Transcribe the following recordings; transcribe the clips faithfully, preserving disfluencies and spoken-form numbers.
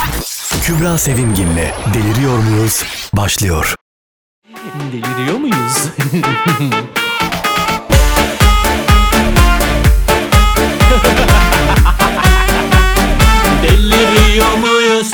Kübra Sevimgin'le Deliriyor Muyuz? Başlıyor. Deliriyor muyuz? Deliriyor muyuz?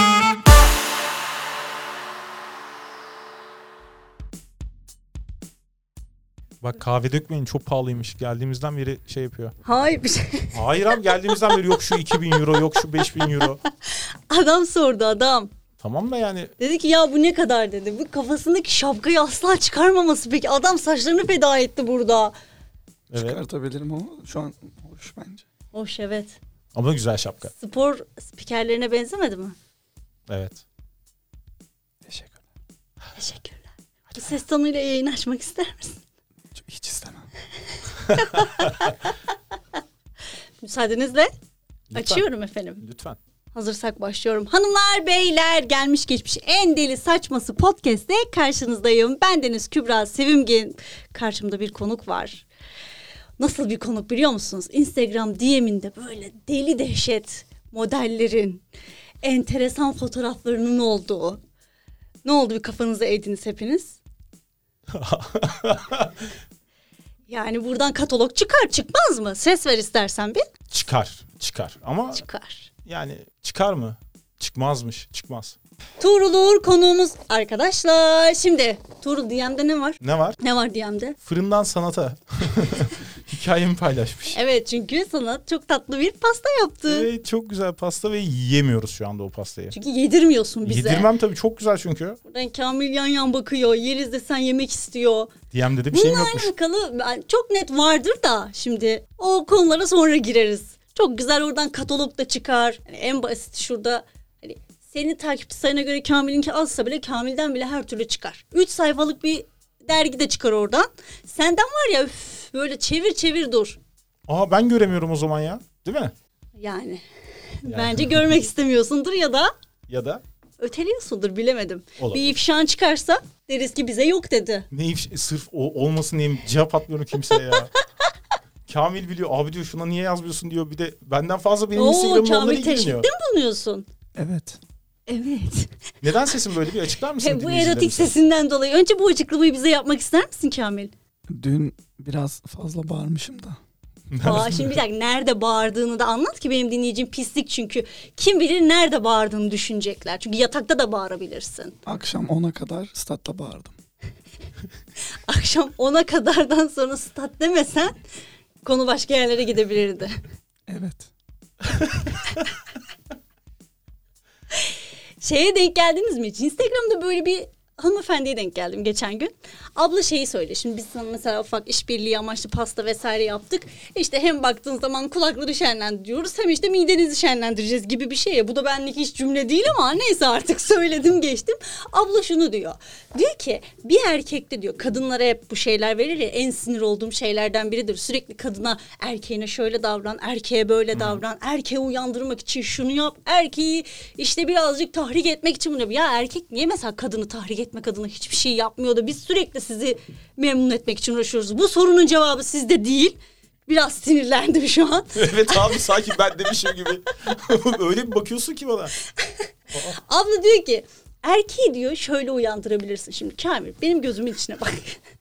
Bak kahve dökmeyin, çok pahalıymış. Geldiğimizden beri şey yapıyor. Hayır bir şey. Hayır abi, geldiğimizden beri yok şu iki bin euro, yok şu beş bin euro. Adam sordu adam. Tamam da yani. Dedi ki ya bu ne kadar dedi. Bu kafasındaki şapkayı asla çıkarmaması. Peki adam saçlarını feda etti burada. Evet. Çıkartabilirim ama şu an hoş bence. Hoş evet. Ama güzel şapka. Spor spikerlerine benzemedi mi? Evet. Teşekkürler. Teşekkürler. Bu ses tonuyla yayın açmak ister misin? Hiç istemem. Müsaadenizle Lütfen. açıyorum efendim. Lütfen. Hazırsak başlıyorum. Hanımlar, beyler, gelmiş geçmiş en deli saçması podcast'te karşınızdayım. Ben Deniz Kübra Sevimgin. Karşımda bir konuk var. Nasıl bir konuk biliyor musunuz? Instagram D M'inde böyle deli dehşet modellerin, enteresan fotoğraflarının olduğu. Ne oldu, bir kafanıza eğdiniz hepiniz? Yani buradan katalog çıkar çıkmaz mı? Ses ver istersen bir. Çıkar. Çıkar. Ama Çıkar. yani çıkar mı? Çıkmazmış. Çıkmaz. Tuğrul Uğur konuğumuz arkadaşlar. Şimdi Tuğrul D M'de ne var? Ne var? Ne var D M'de? Fırından sanata. Hikayemi paylaşmış. Evet, çünkü sana çok tatlı bir pasta yaptı. Evet, çok güzel pasta ve yiyemiyoruz şu anda o pastayı. Çünkü yedirmiyorsun bize. Yedirmem tabii, çok güzel çünkü. Buradan Kamil yan yan bakıyor. Yeliz de sen yemek istiyor. D M'de de bir şeyim Bununla yokmuş. alakalı yani çok net vardır da şimdi o konulara sonra gireriz. Çok güzel oradan katalog da çıkar. Yani en basit şurada hani senin takipçi sayına göre Kamil'inki azsa bile Kamil'den bile her türlü çıkar. Üç sayfalık bir dergi de çıkar oradan. Senden var ya üf, böyle çevir çevir dur. Aa, ben göremiyorum o zaman ya. Değil mi? Yani, Yani. bence görmek istemiyorsundur ya da Ya da öteliyorsundur, bilemedim. olabilir. Bir ifşan çıkarsa deriz ki bize yok dedi. Ne ifş- sırf o olmasın diye cevap atmıyorum kimseye ya. Kamil biliyor. Abi diyor, şuna niye yazmıyorsun diyor. Bir de benden fazla benim Oo, Instagram'da onunla Kamil teşvikte ilgileniyor. mi bulunuyorsun? Evet. Evet. Neden sesim böyle, bir açıklar mısın? He, bu dinleyicilerimize? erotik sesinden dolayı. Önce bu açıklamayı bize yapmak ister misin Kamil? Dün biraz fazla bağırmışım da. Aa, şimdi bir dakika, nerede bağırdığını da anlat ki benim dinleyicim pislik çünkü. Kim bilir nerede bağırdığını düşünecekler. Çünkü yatakta da bağırabilirsin. Akşam ona kadar statta bağırdım. Akşam ona kadardan sonra stat demesen konu başka yerlere gidebilirdi. Evet. Şeye denk geldiniz mi hiç? Instagram'da böyle bir hanımefendiye denk geldim geçen gün. Abla şeyi söyle. Şimdi biz sana mesela ufak işbirliği amaçlı pasta vesaire yaptık. İşte hem baktığın zaman kulakları şenlendiriyoruz hem işte midenizi şenlendireceğiz gibi bir şey ya. Bu da benlik hiç cümle değil ama neyse artık söyledim geçtim. Abla şunu diyor. Diyor ki bir erkekte diyor, kadınlara hep bu şeyler verir ya, en sinir olduğum şeylerden biridir. Sürekli kadına erkeğine şöyle davran, erkeğe böyle davran, erkeği uyandırmak için şunu yap, erkeği işte birazcık tahrik etmek için bunu yap. Ya erkek niye mesela kadını tahrik etmek adına hiçbir şey yapmıyor da biz sürekli sizi memnun etmek için uğraşıyoruz. Bu sorunun cevabı sizde değil. Biraz sinirlendim şu an. Evet abi, sanki ben demişim gibi. Öyle bir bakıyorsun ki bana. Abla diyor ki erkeği diyor şöyle uyandırabilirsin. Şimdi Kamil benim gözümün içine bak.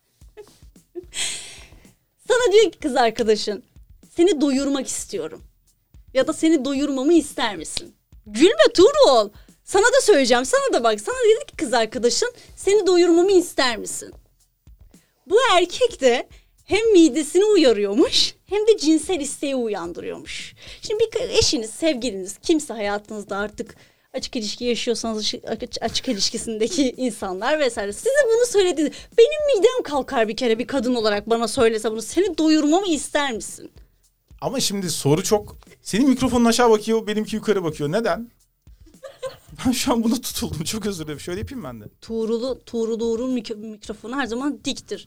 Sana diyor ki kız arkadaşın, seni doyurmak istiyorum. Ya da seni doyurmamı ister misin? Gülme Tuğrul. Sana da söyleyeceğim. Sana da bak. Sana dedi ki kız arkadaşın, seni doyurmamı ister misin? Bu erkek de hem midesini uyarıyormuş hem de cinsel isteği uyandırıyormuş. Şimdi bir eşiniz, sevgiliniz, kimse hayatınızda artık açık ilişki yaşıyorsanız açık, açık ilişkisindeki insanlar vesaire size bunu söyledi. Benim midem kalkar bir kere bir kadın olarak bana söylese bunu. Seni doyurmamı ister misin? Ama şimdi soru çok. Senin mikrofonun aşağı bakıyor, benimki yukarı bakıyor. Neden? Ben şu an buna tutuldum. Çok özür dilerim. Şöyle yapayım ben de. Tuğrul'u, Tuğrul Uğur'un mik- mikrofonu her zaman diktir.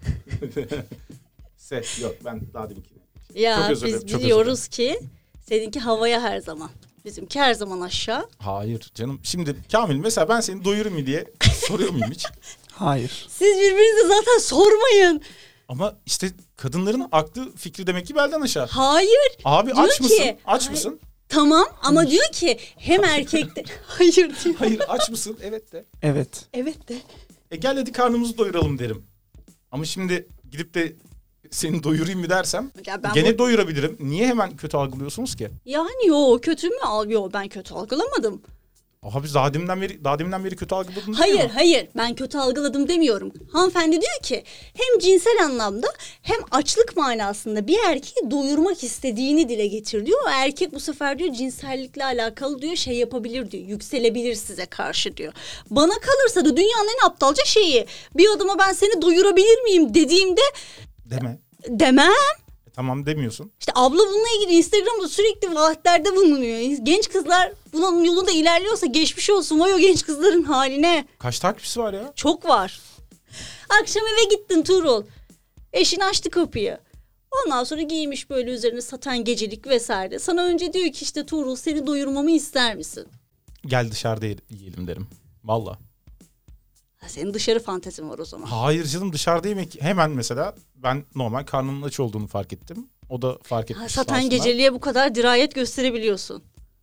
Ses yok, ben daha deminkine. Ya Çok özür dilerim, biz çok biliyoruz ki seninki havaya her zaman. Bizimki her zaman aşağı. Hayır canım. Şimdi Kamil, mesela ben seni doyurur mu diye soruyor muyum hiç? Hayır. Siz birbirinize zaten sormayın. Ama işte kadınların aklı fikri demek ki belden aşağı. Hayır. Abi Diyor aç ki- mısın? Aç Hayır. mısın? Tamam ama diyor ki hem erkekte... Hayır diyor. Hayır aç mısın? Evet de. Evet. Evet de. E gel hadi karnımızı doyuralım derim. Ama şimdi gidip de seni doyurayım mı dersem Ya ben gene bu- doyurabilirim. Niye hemen kötü algılıyorsunuz ki? Yani yo kötü mü? Al- Yo ben kötü algılamadım. Aha biz daha deminden beri, daha deminden beri kötü algıladın Hayır değil mi? hayır ben kötü algıladım demiyorum. Hanımefendi diyor ki hem cinsel anlamda hem açlık manasında bir erkeği doyurmak istediğini dile getir diyor. O erkek bu sefer diyor cinsellikle alakalı diyor şey yapabilir diyor. Yükselebilir size karşı diyor. Bana kalırsa da dünyanın en aptalca şeyi bir adama ben seni doyurabilir miyim dediğimde Deme. demem. E, tamam demiyorsun. İşte abla bununla ilgili Instagram'da sürekli vaatlerde bulunuyor. Genç kızlar bunun yolunda ilerliyorsa geçmiş olsun. Vay o genç kızların haline. Kaç takipçisi var ya? Çok var. Akşam eve gittin Tuğrul. Eşin açtı kapıyı. Ondan sonra giymiş böyle üzerine satan gecelik vesaire. Sana önce diyor ki işte Tuğrul seni doyurmamı ister misin? Gel dışarıda yiyelim derim. Valla. Ha, senin dışarı fantezin var o zaman. Hayır canım dışarıda yemek hemen mesela ben normal karnımın aç olduğunu fark ettim. O da fark etmiş. Ha, sağ satan olsunlar. geceliğe bu kadar dirayet gösterebiliyorsun.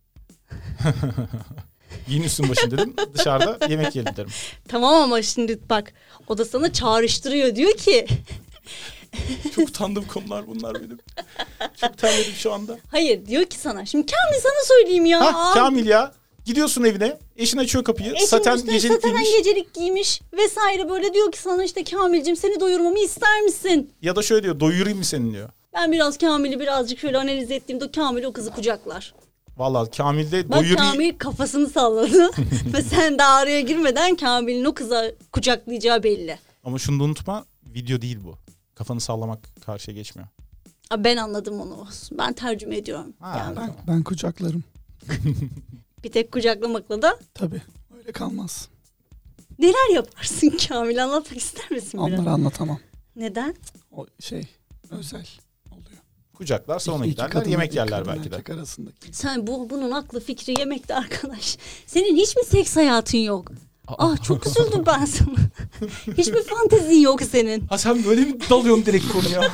Giyin üstün başın dedim. Dışarıda yemek yiyelim derim. Tamam ama şimdi bak o da sana çağrıştırıyor diyor ki Çok utandığım konular bunlar benim. Çok terledim şu anda. hayır diyor ki sana şimdi Kamil sana söyleyeyim ya. Hah Kamil ya. Gidiyorsun evine. Eşin açıyor kapıyı. Eşim Saten üstüne gecelik saten giymiş. gecelik giymiş vesaire böyle diyor ki sana işte Kamil'cim seni doyurmamı ister misin? Ya da şöyle diyor. Doyurayım mı seni diyor. Ben biraz Kamil'i birazcık şöyle analiz ettiğimde o Kamil o kızı kucaklar. Vallahi Kamil'de Bak doyurayım. Kamil kafasını salladı ve sen daha araya girmeden Kamil'in o kıza kucaklayacağı belli. Ama şunu da unutma. Video değil bu. Kafanı sallamak karşıya geçmiyor. Abi ben anladım onu. Ben tercüme ediyorum. Ha, Yani tamam. Ben kucaklarım. bir tek kucaklamakla da Tabii. Öyle kalmaz. neler yaparsın Kamil anlatmak ister misin biraz? Onları anlatamam. Neden? O şey özel oluyor. Kucaklar sonra İki- iki giderler. kadın- Yemek iki yerler kadın belki de. erkek arasındaki. Sen bu bunun aklı fikri yemekte arkadaş. Senin hiç mi seks hayatın yok? Ah çok üzüldüm ben sana. Hiçbir fantezin yok senin. Ha sen böyle mi dalıyorsun direkt konuya?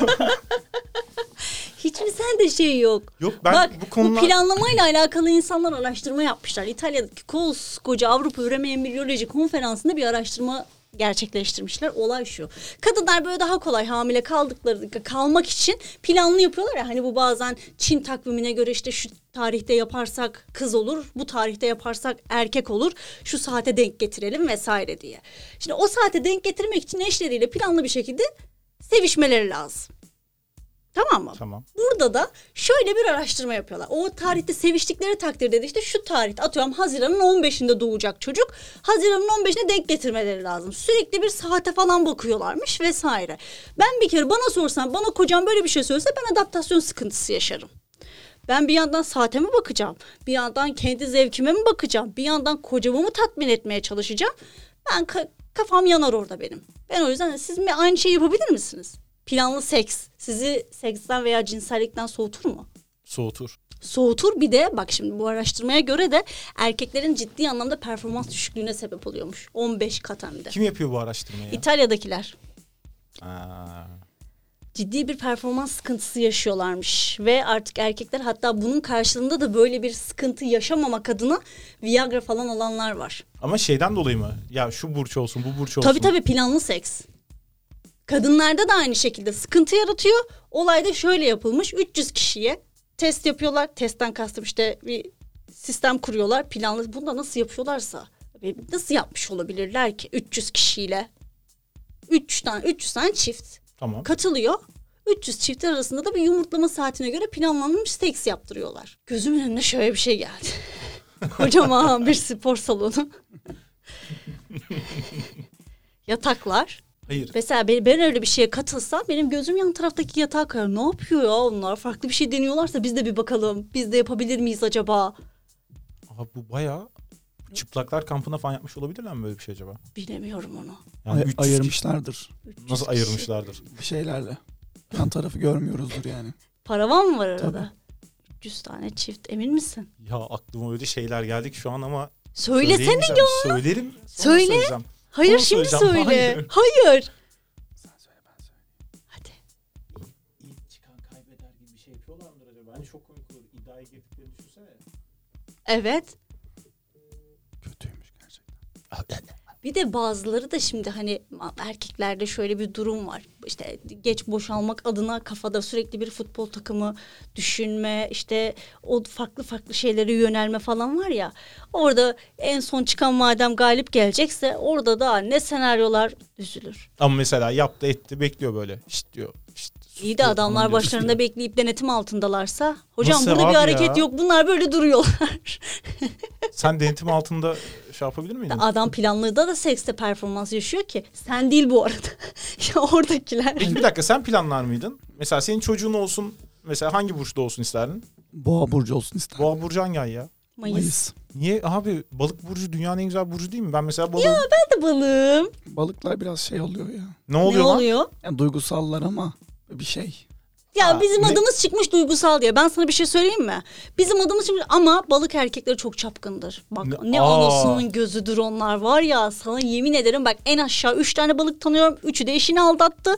Hiç mi sende şey yok? Yok ben Bak bu konular... bu planlamayla alakalı insanlar araştırma yapmışlar. İtalya'daki koskoca Avrupa Üreme Embriyoloji Konferansı'nda bir araştırma gerçekleştirmişler. Olay şu. Kadınlar böyle daha kolay hamile kaldıkları kalmak için planlı yapıyorlar ya. Hani bu bazen Çin takvimine göre işte şu tarihte yaparsak kız olur, bu tarihte yaparsak erkek olur. Şu saate denk getirelim vesaire diye. Şimdi o saate denk getirmek için eşleriyle planlı bir şekilde sevişmeleri lazım. Tamam mı? Tamam. Burada da şöyle bir araştırma yapıyorlar. O tarihte seviştikleri takdirde de işte şu tarihte atıyorum Haziran'ın on beşinde doğacak çocuk. Haziran'ın on beşine denk getirmeleri lazım. Sürekli bir saate falan bakıyorlarmış vesaire. Ben bir kere bana sorsan bana kocam böyle bir şey söylese ben adaptasyon sıkıntısı yaşarım. Ben bir yandan saate mi bakacağım? Bir yandan kendi zevkime mi bakacağım? Bir yandan kocamı mı tatmin etmeye çalışacağım? Ben ka- kafam yanar orada benim. Ben o yüzden siz mi aynı şeyi yapabilir misiniz? Planlı seks sizi seksten veya cinsellikten soğutur mu? Soğutur. Soğutur bir de bak şimdi bu araştırmaya göre de erkeklerin ciddi anlamda performans düşüklüğüne sebep oluyormuş. on beş kat hem de. Kim yapıyor bu araştırmayı ya? İtalya'dakiler Aa, ciddi bir performans sıkıntısı yaşıyorlarmış. Ve artık erkekler hatta bunun karşılığında da böyle bir sıkıntı yaşamamak adına Viagra falan alanlar var. ama şeyden dolayı mı? Ya şu burç olsun, bu burç olsun. Tabii tabii planlı seks. Kadınlarda da aynı şekilde sıkıntı yaratıyor. Olay da şöyle yapılmış. üç yüz kişiye test yapıyorlar. Testten kastım işte bir sistem kuruyorlar. Planlı. Bunu da nasıl yapıyorlarsa. Nasıl yapmış olabilirler ki üç yüz kişiyle? üç tane, üç yüz tane çift Tamam. katılıyor. üç yüz çiftler arasında da bir yumurtlama saatine göre planlanmış seks yaptırıyorlar. Gözümün önüne şöyle bir şey geldi. Kocaman bir spor salonu. Yataklar. Hayır. Mesela ben, ben öyle bir şeye katılsam benim gözüm yan taraftaki yatağa kayar. Ne yapıyor ya onlar? Farklı bir şey deniyorlarsa biz de bir bakalım. Biz de yapabilir miyiz acaba? Aha, bu bayağı çıplaklar kampına falan yapmış olabilirler mi böyle bir şey acaba? Bilemiyorum onu. Yani Ay- üç yüz ayırmışlardır üç yüz Nasıl kişi. ayırmışlardır? bir şeylerle. Yan tarafı görmüyoruzdur yani. Paravan mı var arada? Tabii. üç yüz tane çift emin misin? Ya aklıma öyle şeyler geldik şu an ama Söylesene söyleyemeyeceğim. ya. Söylerim. sonra Söyle. söyleyeceğim. Hayır Sonra şimdi söyleyeceğim. söyle. Hayır. Hayır. Sen söyle ben söyleyeyim. Hadi. İlk çıkan kaybeder gibi bir şey yapıyorlar mıdır acaba? Bence çok komik olur. İddiaya Evet. Kötüymüş gerçekten. Bir de bazıları da şimdi hani erkeklerde şöyle bir durum var. İşte geç boşalmak adına kafada sürekli bir futbol takımı düşünme, işte o farklı farklı şeylere yönelme falan var ya. Orada en son çıkan madem galip gelecekse orada da ne senaryolar düzülür. Ama mesela yaptı etti bekliyor böyle. İşte diyor. Işte, İyi de adamlar başlarında bekleyip denetim altındalarsa. Hocam Nasıl burada abi bir hareket ya? yok, bunlar böyle duruyorlar. Sen denetim altında şey yapabilir miydin? Adam planlıda da sekste performans yaşıyor ki. Sen değil bu arada. Ya oradakiler. Peki bir dakika, sen planlar mıydın? Mesela senin çocuğun olsun, mesela hangi burçta olsun isterdin? Boğa burcu olsun isterim. Boğa burcu hangi ay ya? Mayıs. Mayıs. Niye abi, balık burcu dünyanın en güzel burcu değil mi? Ben mesela balık... Ya ben de balığım. Balıklar biraz şey oluyor ya. Ne oluyor Ne lan? oluyor? Yani duygusallar ama bir şey. Ya Ha, bizim ne- adımız çıkmış duygusal diye. Ben sana bir şey söyleyeyim mi? Bizim adımız çıkmış ama balık erkekleri çok çapkındır. Bak Ne- ne, Aa. anasının gözüdür onlar var ya. Sana yemin ederim bak, en aşağı üç tane balık tanıyorum. Üçü de eşini aldattı.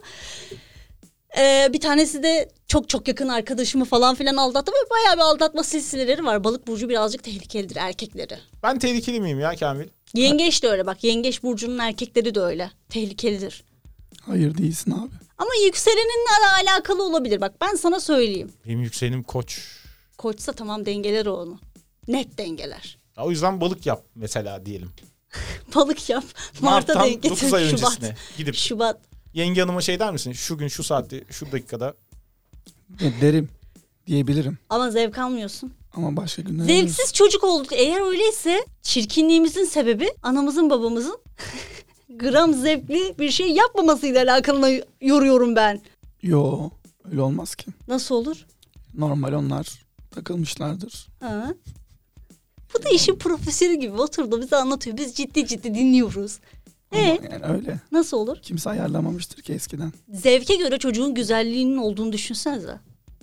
Ee, bir tanesi de çok çok yakın arkadaşımı falan filan aldattı. Ve bayağı bir aldatma silsileleri var. Balık burcu birazcık tehlikelidir erkekleri. Ben tehlikeli miyim ya Kamil? Yengeç de öyle bak. Yengeç burcunun erkekleri de öyle. Tehlikelidir. Hayır değilsin abi. Ama yükseleninle alakalı olabilir. Bak ben sana söyleyeyim. Benim yükselenim Koç. Koçsa tamam dengeler o onu. Net dengeler. Ya o yüzden balık yap mesela diyelim. Balık yap. Mart'a Mart'tan denk getir. dokuz ay Şubat. öncesine gidip Şubat. yenge hanıma şey der misin? Şu gün şu saatte şu dakikada. E, derim diyebilirim. Ama zevk almıyorsun. Ama başka günler Zevksiz çocuk olduk. Eğer öyleyse çirkinliğimizin sebebi anamızın babamızın gram zevkli bir şey yapmamasıyla alakalı yoruyorum ben. Yo öyle olmaz ki. Nasıl olur? Normal onlar takılmışlardır. Ha? Bu da işin profesörü gibi oturdu bize anlatıyor. Biz ciddi ciddi dinliyoruz. Ama E yani öyle. nasıl olur? Kimse ayarlamamıştır ki eskiden. Zevke göre çocuğun güzelliğinin olduğunu düşünsenize.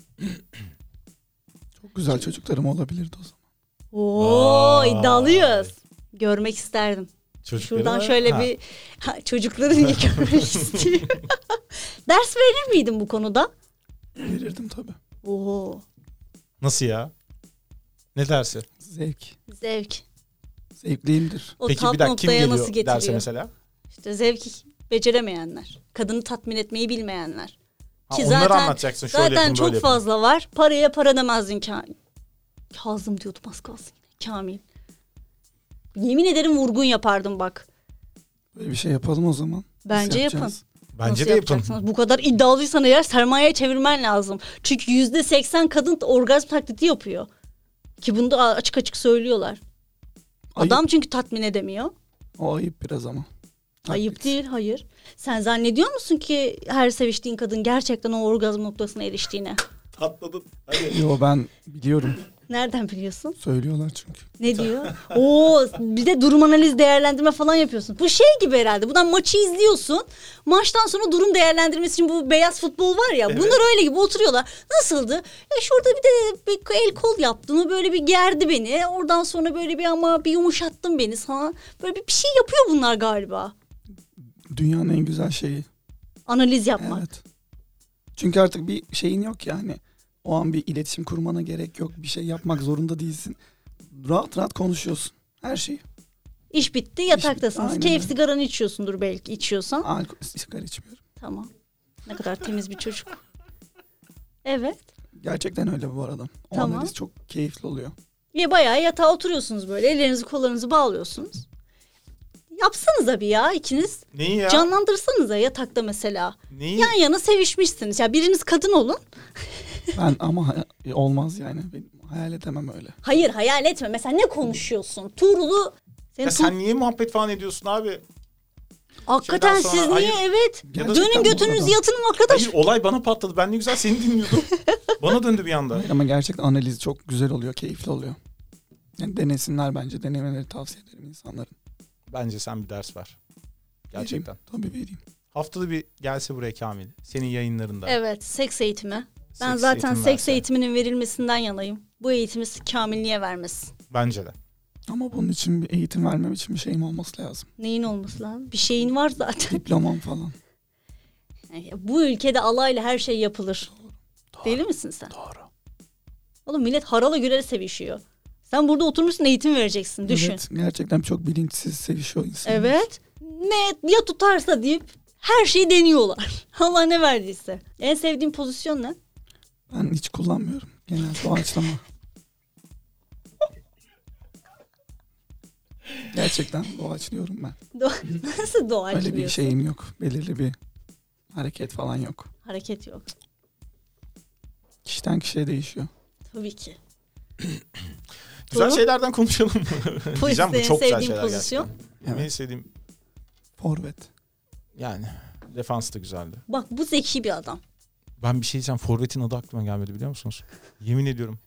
Çok güzel çocuklarım olabilirdi o zaman. Oo Vay. iddialıyız. Görmek isterdim. Çocukları Şuradan var. şöyle Ha. bir ha, çocukları niye görmek istiyorum. Ders verir miydin bu konuda? Verirdim tabii. Oo Nasıl ya? Ne dersi? Zevk. zevk. Zevkliyimdir. O Peki tat bir dakika, kim noktaya nasıl geliyor getiriyor? derse mesela? İşte zevki beceremeyenler. Kadını tatmin etmeyi bilmeyenler. Ha, Ki onları zaten- anlatacaksın. Şöyle Zaten yapın, çok böyle yapın. fazla var. Paraya para demezdin Ka Kazım diyordum az kalsın. Kamil. Yemin ederim vurgun yapardım bak. Böyle bir şey yapalım o zaman. Nasıl Bence yapın. yapacağız? Bence Nasıl de yapın. yapacaksınız? Bu kadar iddialıysan eğer sermayeye çevirmen lazım. Çünkü yüzde seksen kadın orgazm taklidi yapıyor. Ki bunu da açık açık söylüyorlar. Ayıp. Adam çünkü tatmin edemiyor. O ayıp biraz ama. Ayıp Taklit. değil, hayır. Sen zannediyor musun ki her seviştiğin kadın gerçekten o orgazm noktasına eriştiğine? Tatladın. Hadi. Yo ben biliyorum. Nereden biliyorsun? Söylüyorlar çünkü. Ne diyor? Oo, bir de durum analiz değerlendirme falan yapıyorsun. Bu şey gibi herhalde. Buradan maçı izliyorsun. Maçtan sonra durum değerlendirmesi için bu beyaz futbol var ya. Evet. Bunlar öyle gibi oturuyorlar. Nasıldı? Ya şurada bir de bir el kol yaptın. O böyle bir gerdi beni. Oradan sonra böyle bir ama bir yumuşattın beni sana. Böyle bir, bir şey yapıyor bunlar galiba. Dünyanın en güzel şeyi. Analiz yapmak. Evet. Çünkü artık bir şeyin yok yani. O an bir iletişim kurmana gerek yok. Bir şey yapmak zorunda değilsin. Rahat rahat konuşuyorsun. Her şeyi. İş bitti, yataktasınız. Aynen Keyif öyle. sigaranı içiyorsundur belki içiyorsan. Alkol, sigara içmiyorum. Tamam. Ne kadar temiz bir çocuk. Evet. Gerçekten öyle bu arada. O Tamam. analiz çok keyifli oluyor. Ya bayağı yatağa oturuyorsunuz böyle. Ellerinizi kollarınızı bağlıyorsunuz. Yapsanıza bir ya ikiniz. Neyi ya? Canlandırsanıza yatakta mesela. Neyi? Yan yana sevişmişsiniz. Ya biriniz kadın olun. Ben ama hay- olmaz yani. Ben hayal edemem öyle. Hayır hayal etme. Mesela ne konuşuyorsun? Tuğrul'u... Senin Ya Tu- sen niye muhabbet falan ediyorsun abi? Hakikaten şeyden sonra- siz niye? Hayır. Evet. Ya da- Dönün Gerçekten bu götünüz arada. yatın arkadaş. Hayır, olay bana patladı. Ben ne güzel seni dinliyordum. Bana döndü bir anda. Hayır, ama gerçekten analiz çok güzel oluyor. Keyifli oluyor. Yani denesinler bence. Denemeleri tavsiye ederim insanların. Bence sen bir ders ver. Gerçekten. Vereyim. Tabii vereyim. Haftada bir gelse buraya Kamil. Senin yayınlarında. Evet, seks eğitimi. Ben Seks zaten eğitim seks verse. eğitiminin verilmesinden yanayım. Bu eğitimi Kamil niye vermesin? Bence de. Ama bunun için bir eğitim vermem için bir şeyim olması lazım. Neyin olması lazım? Bir şeyin var zaten. Diplomam falan. Yani bu ülkede alayla her şey yapılır. Doğru. Deli misin sen? Doğru. Oğlum millet harala gürele sevişiyor. Sen burada oturmuşsun eğitim vereceksin düşün. Evet, gerçekten çok bilinçsiz sevişiyor insan. Evet. Ne ya tutarsa deyip her şeyi deniyorlar. Allah ne verdiyse. En sevdiğin pozisyon ne? Ben hiç kullanmıyorum. Genel doğaçlama. Gerçekten doğaçlıyorum ben. Do- Nasıl doğaçlıyorsun? Öyle bir şeyim yok. Belirli bir hareket falan yok. Hareket yok. Kişiden kişiye değişiyor. Tabii ki. Güzel Doğru. şeylerden konuşalım mı? Diyeceğim bu Senin çok güzel sevdiğin şeyler pozisyon? gerçekten. Benim Evet. sevdiğim Forvet. yani defans da güzeldi. Bak bu zeki bir adam. Ben bir şey diyeceğim. Forvet'in adı aklıma gelmedi biliyor musunuz? Yemin ediyorum.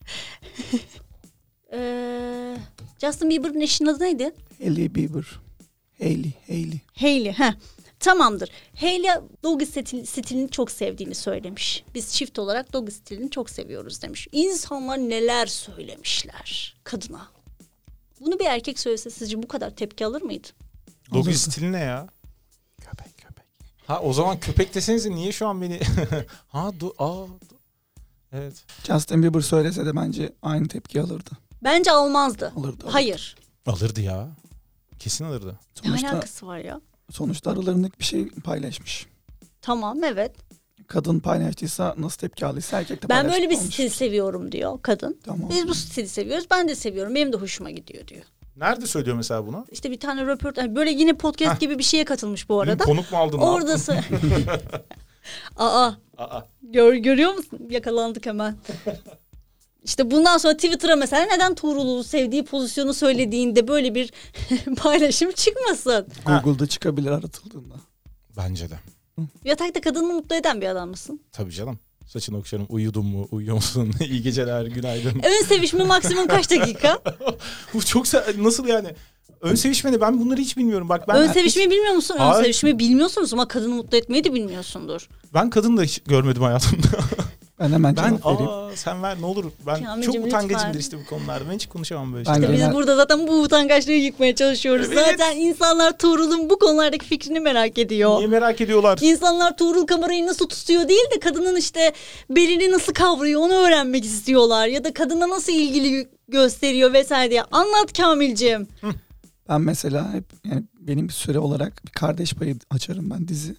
Ee, Justin Bieber'ın eşinin adı neydi? Hailey Bieber. Hailey, Hailey. Hailey. Heh. Tamamdır. Hailey Doggy stil, stilini çok sevdiğini söylemiş. Biz çift olarak Doggy stilini çok seviyoruz demiş. İnsanlar neler söylemişler kadına. Bunu bir erkek söylese sizce bu kadar tepki alır mıydı? Doggy Olurdu. stili ne ya? Köpek köpek. Ha o zaman köpek desenize niye şu an beni... ha du... Aa, du... Evet. Justin Bieber söylese de bence aynı tepki alırdı. Bence almazdı. Alırdı. alırdı. Hayır. Alırdı ya. Kesin alırdı. Ne Sonuçta, alakası var ya? sonuçta aralarındaki bir şey paylaşmış. Tamam evet. Kadın paylaştıysa nasıl tepki aldıysa erkek de Ben paylaşmış böyle bir olmuş. stil seviyorum diyor kadın. Tamam. Biz bu stili seviyoruz. Ben de seviyorum. Benim de hoşuma gidiyor diyor. Nerede söylüyor mesela bunu? İşte bir tane röportaj böyle yine podcast Heh. gibi bir şeye katılmış bu Benim arada. konuk mu aldın? ne yaptın? Oradası. Aa, Aa. gör, görüyor musun? Yakalandık hemen. İşte bundan sonra Twitter'a mesela neden Tuğrul'u sevdiği pozisyonu söylediğinde böyle bir paylaşım çıkmasın. Google'da çıkabilir aratıldığında. Bence de. Yatakta kadını mutlu eden bir adam mısın? Tabii canım. Saçını okşarım. Uyudun mu? Uyuyor musun? İyi geceler, günaydın. Ön sevişme maksimum kaç dakika? Bu çok se- nasıl yani? Ön sevişme ne? Ben bunları hiç bilmiyorum. Bak ben Ön sevişmeyi bilmiyor musun? Ön Hayır. sevişmeyi bilmiyorsunuz ama kadını mutlu etmeyi de bilmiyorsundur. ben kadın da hiç görmedim hayatımda. Ben hemen ben cevap vereyim. aa sen ver ne olur. Ben Kamilcim, çok utangacımdır lütfen. işte bu konularda. Ben hiç konuşamam böyle Ben şeyler. de- Biz Genel- burada zaten bu utangaçlığı yıkmaya çalışıyoruz. Evet. Zaten insanlar Tuğrul'un bu konulardaki fikrini merak ediyor. Niye merak ediyorlar? İnsanlar Tuğrul kamerayı nasıl tutuyor değil de kadının işte belini nasıl kavruyor onu öğrenmek istiyorlar. Ya da kadına nasıl ilgili gösteriyor vesaire diye. Anlat Kamilciğim. Ben mesela hep yani benim bir süre olarak bir kardeş payı açarım ben dizi.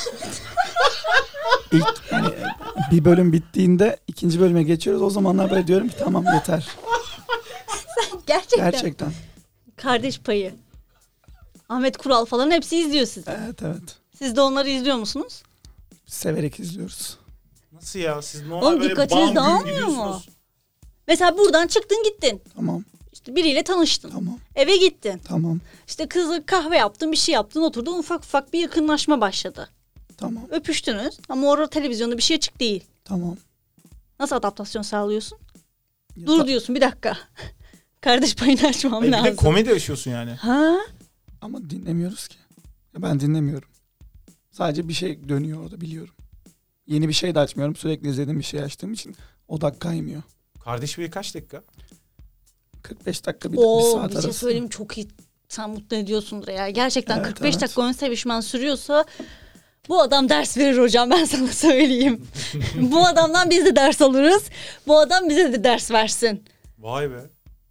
İlk yani bir bölüm bittiğinde ikinci bölüme geçiyoruz. O zamanlar böyle diyorum ki tamam yeter. Gerçekten. Gerçekten. Kardeş payı. Ahmet Kural falan hepsi izliyor sizi. Evet evet. Siz de onları izliyor musunuz? Severek izliyoruz. Nasıl ya? Siz normal Oğlum böyle dikkatiniz bam güm dağılmıyor mu? gidiyorsunuz. Mesela buradan çıktın gittin. Tamam İşte biriyle tanıştın. tamam Eve gittin. tamam İşte kızla kahve yaptın, bir şey yaptın, oturdun, ufak ufak bir yakınlaşma başladı. tamam Öpüştünüz ama orada televizyonda bir şey açık değil. tamam. Nasıl adaptasyon sağlıyorsun? Ya Dur da- diyorsun bir dakika. Kardeş payını açmam Ay, bir lazım. de komedi yaşıyorsun yani. Ha? Ama dinlemiyoruz ki. Ya ben dinlemiyorum. Sadece bir şey dönüyor orada biliyorum. Yeni bir şey de açmıyorum. Sürekli izlediğim bir şey açtığım için odak kaymıyor. Kardeş Bey kaç dakika? kırk beş dakika bir, bir Oo, saat bir şey arası. söyleyeyim çok iyi. Sen mutlu ediyorsundur ya. Gerçekten Evet, kırk beş evet. dakika ön sevişmen sürüyorsa bu adam ders verir hocam ben sana söyleyeyim. Bu adamdan biz de ders alırız. Bu adam bize de ders versin. Vay be.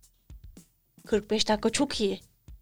kırk beş dakika çok iyi.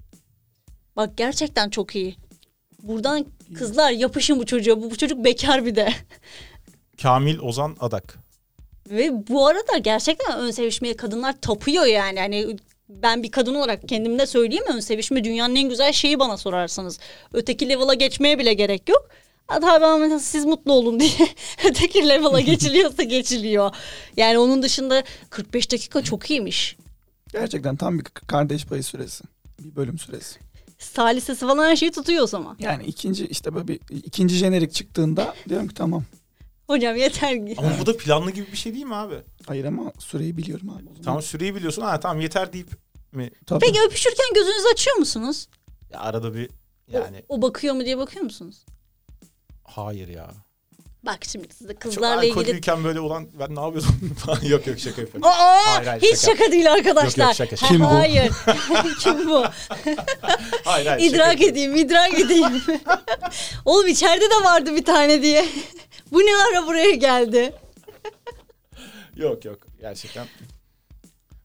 Bak gerçekten çok iyi. Buradan kızlar yapışın bu çocuğa. Bu, bu çocuk bekar bir de. Kamil Ozan Adak. Ve bu arada gerçekten ön sevişmeye kadınlar tapıyor yani. Hani ben bir kadın olarak kendimde söyleyeyim ön sevişme dünyanın en güzel şeyi bana sorarsanız. Öteki level'a geçmeye bile gerek yok. Hatta ben mesela siz mutlu olun diye öteki level'a geçiliyorsa geçiliyor. Yani onun dışında kırk beş dakika çok iyiymiş. Gerçekten tam bir kardeş payı süresi. Bir bölüm süresi. Salisesi falan her şeyi tutuyor o zaman. Yani ikinci işte böyle bir ikinci jenerik çıktığında diyorum ki tamam. Hocam yeter ki. Ama bu da planlı gibi bir şey değil mi abi? Hayır ama süreyi biliyorum abi. O zaman. Tamam süreyi biliyorsun. Ha tamam yeter deyip mi? Tabii. Peki öpüşürken gözünüzü açıyor musunuz? Ya arada bir yani O, o bakıyor mu diye bakıyor musunuz? hayır ya. Bak şimdi size Çok kızlarla ilgili... alkollüyken böyle olan ben ne yapıyordum falan. yok yok şaka yapıyorum. Aa, Hayır, hayır, hiç şaka. şaka. değil arkadaşlar. Yok, yok, şaka, şaka. Kim bu? Hayır. Kim bu? Hayır hayır. İdrak şaka. edeyim, idrak edeyim. Oğlum içeride de vardı bir tane diye. Bu ne ara buraya geldi? Yok yok gerçekten.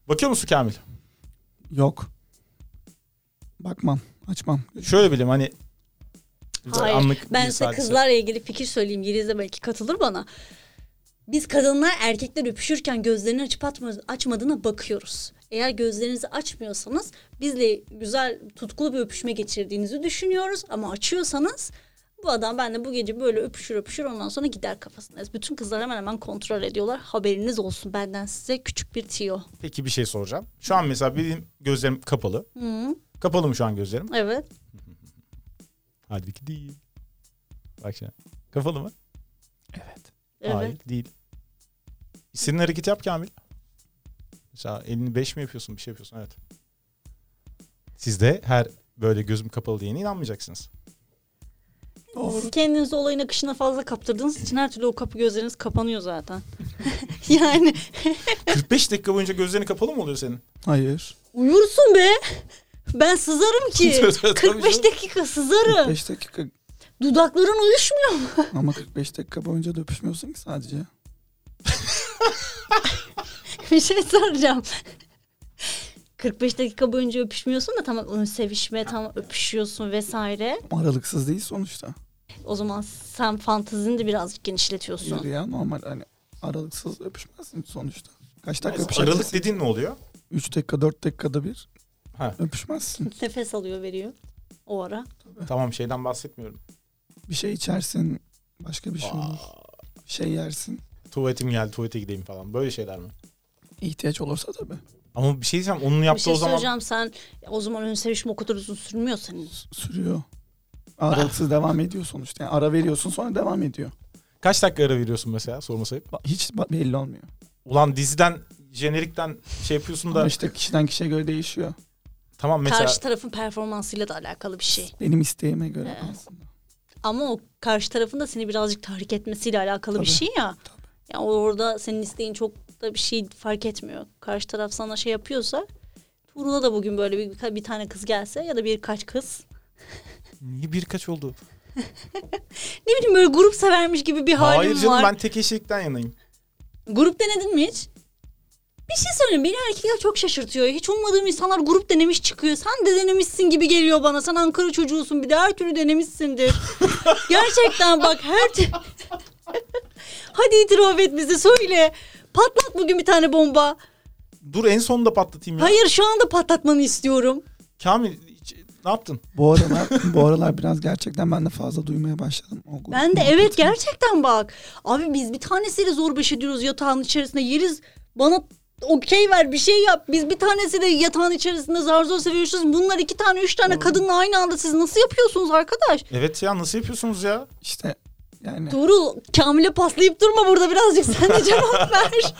Bakıyor musun Kamil? Yok. Bakmam. Açmam. Şöyle bileyim hani Hayır. anlık Ben bir size hadise. kızlarla ilgili fikir söyleyeyim. Yeliz de belki katılır bana. Biz kadınlar erkekler öpüşürken gözlerini açıp atma, açmadığına bakıyoruz. Eğer gözlerinizi açmıyorsanız bizle güzel tutkulu bir öpüşme geçirdiğinizi düşünüyoruz. Ama açıyorsanız bu adam benimle bu gece böyle öpüşür öpüşür ondan sonra gider kafasına. Bütün kızlar hemen hemen kontrol ediyorlar. Haberiniz olsun, benden size küçük bir tiyo. Peki bir şey soracağım. Şu an mesela benim gözlerim kapalı. Hı, Kapalı mı şu an gözlerim? evet. Halbuki değil. Bak şimdi. Kapalı mı? Evet. Evet. Hayır değil. İstediğin hareketi yap Kamil. Mesela elini beş mi yapıyorsun, bir şey yapıyorsun, evet. Siz de her böyle gözüm kapalı diyene inanmayacaksınız. Siz kendinizi olayın akışına fazla kaptırdığınız için her türlü o kapı gözleriniz kapanıyor zaten. Yani kırk beş dakika boyunca gözlerin kapalı mı oluyor senin? Hayır. uyursun be. Ben sızarım ki. Tabii kırk beş canım. dakika sızarım. kırk beş dakika Dudakların uyuşmuyor mu? ama kırk beş dakika boyunca da öpüşmüyorsun ki sadece. Bir şey soracağım. kırk beş dakika boyunca öpüşmüyorsun da tamam ön sevişme, tamam öpüşüyorsun vesaire. Aralıksız değil sonuçta. O zaman sen fantezini de birazcık genişletiyorsun. Yürü ya, normal hani aralıksız öpüşmezsin sonuçta. Kaç dakika Aralık öpüşeceksin? dediğin ne oluyor? üç dakika dört dakikada bir Ha. öpüşmezsin. Nefes alıyor veriyor o ara. Tamam, şeyden bahsetmiyorum. Bir şey içersin, başka bir şey olur. Bir şey yersin. Tuvaletim geldi, tuvalete gideyim falan. Böyle şeyler mi? İhtiyaç olursa tabii. Ama bir şey diyeceğim, onun Bir yaptığı şey o zaman... söyleyeceğim, sen o zaman ön sevişme o kadar uzun sürmüyor senin. Sürüyor. Aralıksız devam ediyor sonuçta. Yani ara veriyorsun sonra devam ediyor. Kaç dakika ara veriyorsun mesela, sorması ayıp? Ba- Hiç ba- belli olmuyor. Ulan diziden, jenerikten şey yapıyorsun da... Ama işte kişiden kişiye göre değişiyor. Tamam mesela... Karşı tarafın performansıyla da alakalı bir şey. Benim isteğime göre Ee, aslında. Ama o karşı tarafın da seni birazcık tahrik etmesiyle alakalı Tabii, bir şey ya. Yani orada senin isteğin çok da bir şey fark etmiyor. Karşı taraf sana şey yapıyorsa, Tuğrul'a da bugün böyle bir, bir tane kız gelse ya da birkaç kız. Niye birkaç oldu? Ne bileyim böyle grup severmiş gibi bir halim Hayır canım, var. ben tek eşlikten yanayım. Grup denedin mi hiç? Bir şey söyleyeyim, beni erkekler çok şaşırtıyor. Hiç ummadığım insanlar grup denemiş çıkıyor. Sen de denemişsin gibi geliyor bana. Sen Ankara çocuğusun, bir de her türlü denemişsindir. Gerçekten bak her türlü... Hadi itiraf et bize, söyle. Patlat bugün bir tane bomba. Dur en sonunda patlatayım ya. Hayır, şu anda patlatmanı istiyorum. Kamil hiç- ne yaptın? Bu aralar bu aralar biraz gerçekten ben de fazla duymaya başladım. O grup Ben de muhabbetini. evet, gerçekten bak. Abi biz bir tanesiyle zor baş ediyoruz yatağın içerisinde. Yeriz, bana okey ver, bir şey yap. Biz bir tanesiyle yatağın içerisinde zar zor seviyorsunuz. Bunlar iki tane üç tane kadınla aynı anda siz nasıl yapıyorsunuz arkadaş? Evet ya, nasıl yapıyorsunuz ya? İşte yani Tuğrul, Kamil'e paslayıp durma burada, birazcık sen de cevap ver.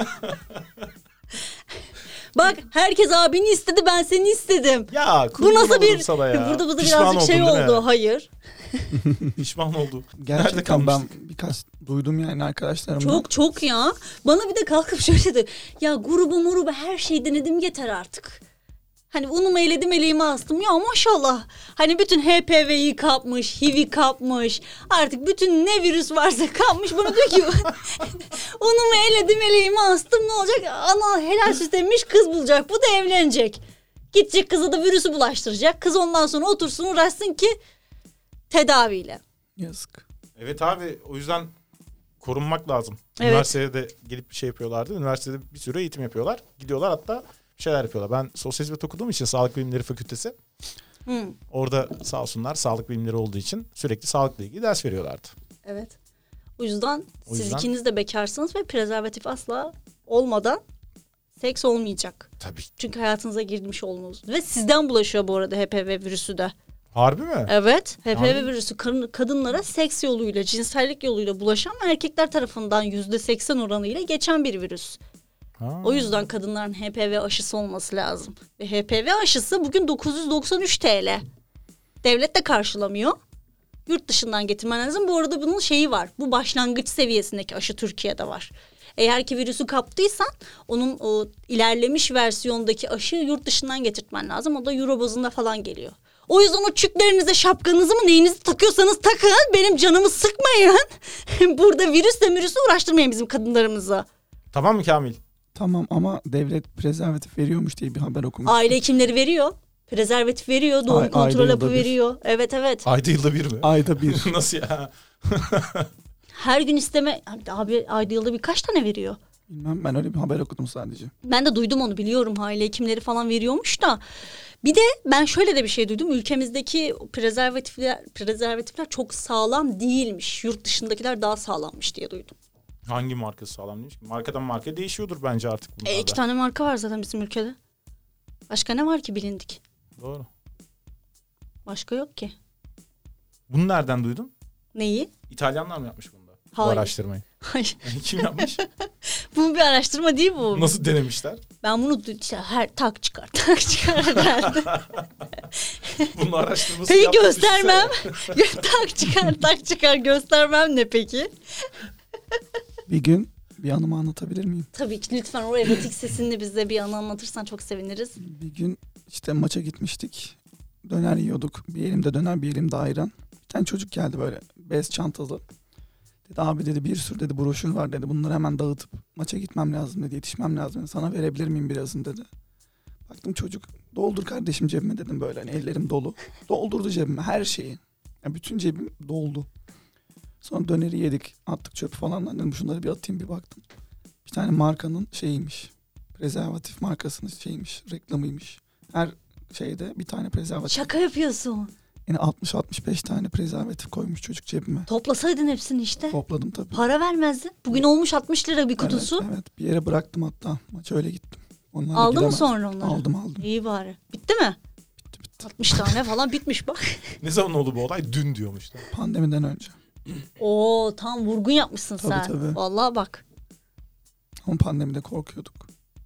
Bak herkes abini istedi, ben seni istedim. Ya Bu kurban nasıl olurum bir... sana ya. Burada burada Pişman birazcık şey oldun değil mi? oldu. Hayır. Pişman oldu. Nerede gerçekten ben kalmıştık? birkaç duydum yani arkadaşlarımdan. Çok çok ya. Bana bir de kalkıp şöyle dedi. Ya grubu murubu her şey denedim, yeter artık. Hani unumu eledim, eleğimi astım. Ya maşallah. Hani bütün H P V'yi kapmış, H I V'yi kapmış. Artık bütün ne virüs varsa kapmış. Bana diyor ki unumu eledim, eleğimi astım. Ne olacak? Ana helal süt emmiş kız bulacak. Bu da evlenecek. Gidecek kıza da virüsü bulaştıracak. Kız ondan sonra otursun uğraşsın ki tedaviyle. Yazık. Evet abi, o yüzden korunmak lazım. Evet. Üniversitede de gelip bir şey yapıyorlardı. Üniversitede bir sürü eğitim yapıyorlar. Gidiyorlar hatta bir şeyler yapıyorlar. Ben sosyal hizmet okuduğum için Sağlık Bilimleri Fakültesi. Hı. Orada sağ olsunlar, sağlık bilimleri olduğu için sürekli sağlıkla ilgili ders veriyorlardı. Evet. O yüzden O siz yüzden- ikiniz de bekarsınız ve prezervatif asla olmadan seks olmayacak. Tabii. Çünkü hayatınıza girmiş olmanız. Ve sizden bulaşıyor bu arada H P V virüsü de. Harbi mi? Evet. H P V Yani- virüsü kadın- kadınlara seks yoluyla, cinsellik yoluyla bulaşan ve erkekler tarafından yüzde seksen oranıyla geçen bir virüs. Ha. O yüzden kadınların H P V aşısı olması lazım. Ve H P V aşısı bugün dokuz yüz doksan üç T L. Devlet de karşılamıyor. Yurt dışından getirmen lazım. Bu arada bunun şeyi var. Bu başlangıç seviyesindeki aşı Türkiye'de var. Eğer ki virüsü kaptıysan onun o ilerlemiş versiyondaki aşıyı yurt dışından getirtmen lazım. O da euro bazında falan geliyor. O yüzden o çüklerinize, şapkanızı mı neyinizi takıyorsanız takın. Benim canımı sıkmayın. Burada virüsle virüsle uğraştırmayın bizim kadınlarımızı. Tamam mı Kamil? Tamam ama devlet prezervatif veriyormuş diye bir haber okumuştum. Aile hekimleri veriyor. Prezervatif veriyor. Doğum Ay- kontrol ayda hapı yılda bir. veriyor. Evet evet. Ayda yılda bir mi? Ayda bir. Nasıl ya? Her gün isteme. Abi ayda yılda birkaç tane veriyor. Bilmem, ben öyle bir haber okudum sadece. Ben de duydum onu, biliyorum, aile hekimleri falan veriyormuş da. Bir de ben şöyle de bir şey duydum. Ülkemizdeki prezervatifler, prezervatifler çok sağlam değilmiş. Yurt dışındakiler daha sağlammış diye duydum. Hangi markası sağlam demiş ki? Markadan markaya değişiyordur bence artık bunlarda. E, iki tane marka var zaten bizim ülkede. Başka ne var ki bilindik? Doğru. Başka yok ki. Bunu nereden duydun? Neyi? İtalyanlar mı yapmış bunda? Bu Hayır. araştırmayı. Hayır. Kim yapmış? Bu bir araştırma değil bu. Nasıl denemişler? Ben bunu du- işte her tak çıkar tak çıkar derdi. Bunun araştırması Peki yapmış. göstermem. tak çıkar tak çıkar göstermem ne peki? Bir gün bir anımı anlatabilir miyim? Tabii ki, lütfen o erotik sesini bize bir an anlatırsan çok seviniriz. Bir gün işte maça gitmiştik. Döner yiyorduk. Bir elimde döner, bir elimde ayran. Bir tane çocuk geldi böyle bez çantalı. Dedi abi dedi bir sürü dedi broşür var dedi. Bunları hemen dağıtıp maça gitmem lazım dedi. Yetişmem lazım dedi. Sana verebilir miyim birazını dedi. Baktım çocuk, doldur kardeşim cebime dedim böyle. Hani ellerim dolu. Doldurdu cebime her şeyi. Yani bütün cebim doldu. Sonra döneri yedik. Attık çöpü falan. Dedim şunları bir atayım, bir baktım. Bir tane markanın şeyiymiş. Prezervatif markasının şeymiş. Reklamıymış. Her şeyde bir tane prezervatif. Şaka yapıyorsun. Yani altmış altmış beş tane prezervatif koymuş çocuk cebime. Toplasaydın hepsini işte. Topladım tabii. Para vermezdin. Bugün olmuş altmış lira bir kutusu. Evet, evet. Bir yere bıraktım hatta. Maça öyle gittim. Onlarla Aldın mı gidemem. sonra onları? Aldım aldım. İyi bari. Bitti mi? Bitti bitti. altmış tane falan bitmiş bak. Ne zaman oldu bu olay? Dün diyormuş. da. Pandemiden önce. Oo tam vurgun yapmışsın Tabii, sen. tabii. Vallahi bak. Ama pandemide korkuyorduk.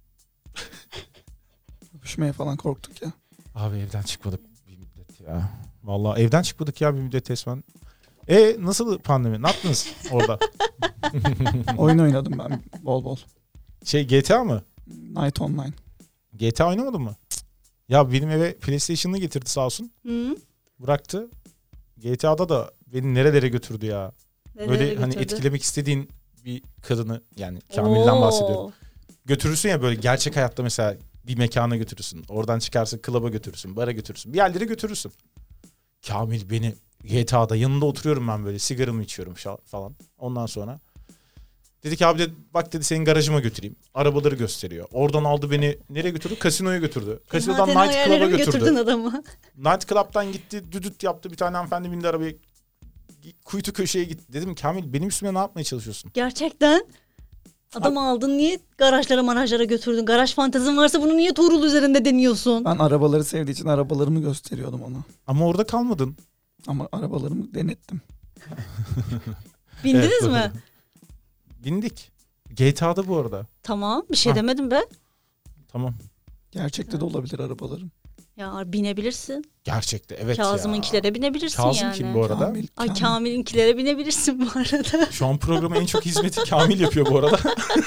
Öpüşmeye falan korktuk ya. Abi evden çıkmadık bir müddet ya. Vallahi evden çıkmadık ya bir müddet resmen. E nasıl pandemi? Ne yaptınız orada? Oyun oynadım ben bol bol. Şey G T A mı? Night Online. G T A oynamadın mı? Cık. Ya benim eve PlayStation'ını getirdi sağ olsun. Hı? Bıraktı. G T A'da da beni nerelere götürdü ya. Nereye Böyle hani götürdü? etkilemek istediğin bir kadını, yani Kamil'den Oo. bahsediyorum. Götürürsün ya böyle gerçek hayatta, mesela bir mekana götürürsün. Oradan çıkarsın klaba götürürsün, bara götürürsün. Bir yerlere götürürsün. Kamil beni G T A'da yanında oturuyorum ben böyle, sigaramı içiyorum şa- falan. Ondan sonra dedi ki abi dedi, bak dedi senin garajıma götüreyim. Arabaları gösteriyor. Oradan aldı beni, nereye götürdü? Kasinoya götürdü. Kasinodan Zaten Night Club'a hayallerimi götürdü. götürdün adamı. Night Club'dan gitti, düdüt yaptı, bir tane hanımefendi bindi arabaya. Kuytu köşeye gitti. Dedim Kamil benim üstüme ne yapmaya çalışıyorsun? Gerçekten. Adam aldın, niye garajlara marajlara götürdün? Garaj fantezin varsa bunu niye Tuğrul üzerinde deniyorsun? Ben arabaları sevdiği için arabalarımı gösteriyordum ona. Ama orada kalmadın. Ama arabalarımı denettim. Bindiniz Evet, mi? doğru. Bindik. G T A'da bu arada. Tamam, bir şey Ha. demedim ben. Tamam. Gerçekte de olabilir arabalarım. Ya binebilirsin. Gerçekte evet ya. Kazım'ınkilere binebilirsin Kazım yani. kim bu arada? Kamil, Ay Kamil. Kamil'inkilere binebilirsin bu arada. Şu an programa en çok hizmeti Kamil yapıyor bu arada.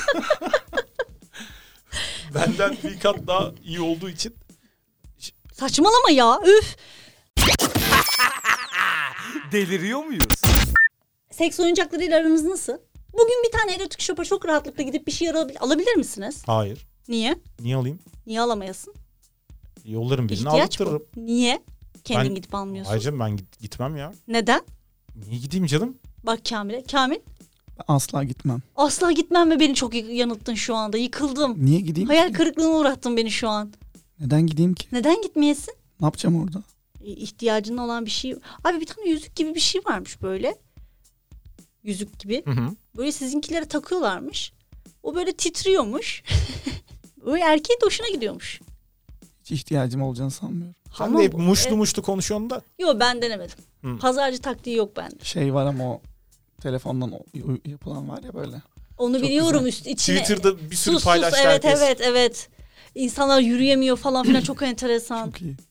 Benden bir kat daha iyi olduğu için. Saçmalama ya, üf. Deliriyor muyuz? Seks oyuncaklarıyla aranız nasıl? Bugün bir tane erotik shop'a çok rahatlıkla gidip bir şey alabil- alabilir misiniz? Hayır. Niye? Niye alayım? Niye alamayasın? Yollarım birini İhtiyaç aldırırım. bu. Niye? Kendin Ben- gidip almıyorsun. Ayrıca ben git- gitmem ya. Neden? Niye gideyim canım? Bak Kamil'e. Kamil, Ben asla gitmem. asla gitmem ve beni çok yanılttın şu anda. Yıkıldım. Niye gideyim Hayal ki? kırıklığına uğrattın beni şu an. Neden gideyim ki? Neden gitmeyesin? Ne yapacağım orada? E, İhtiyacın olan bir şey. Abi bir tane yüzük gibi bir şey varmış böyle. Yüzük gibi. Hı hı. Böyle sizinkilere takıyorlarmış. O böyle titriyormuş. Böyle erkeğin de hoşuna gidiyormuş. Hiç ihtiyacım olacağını sanmıyorum. Sen Ama de hep bu- muşlu e, muşlu konuşuyorsun da. Yo, ben denemedim. Hı. Pazarcı taktiği yok bende. Şey var ama o telefondan o- yapılan var ya böyle. Onu Çok biliyorum, güzel. üst içine. Twitter'da bir sürü Sus sus, paylaştı evet herkes. evet evet. İnsanlar yürüyemiyor falan filan, çok enteresan. Çok iyi.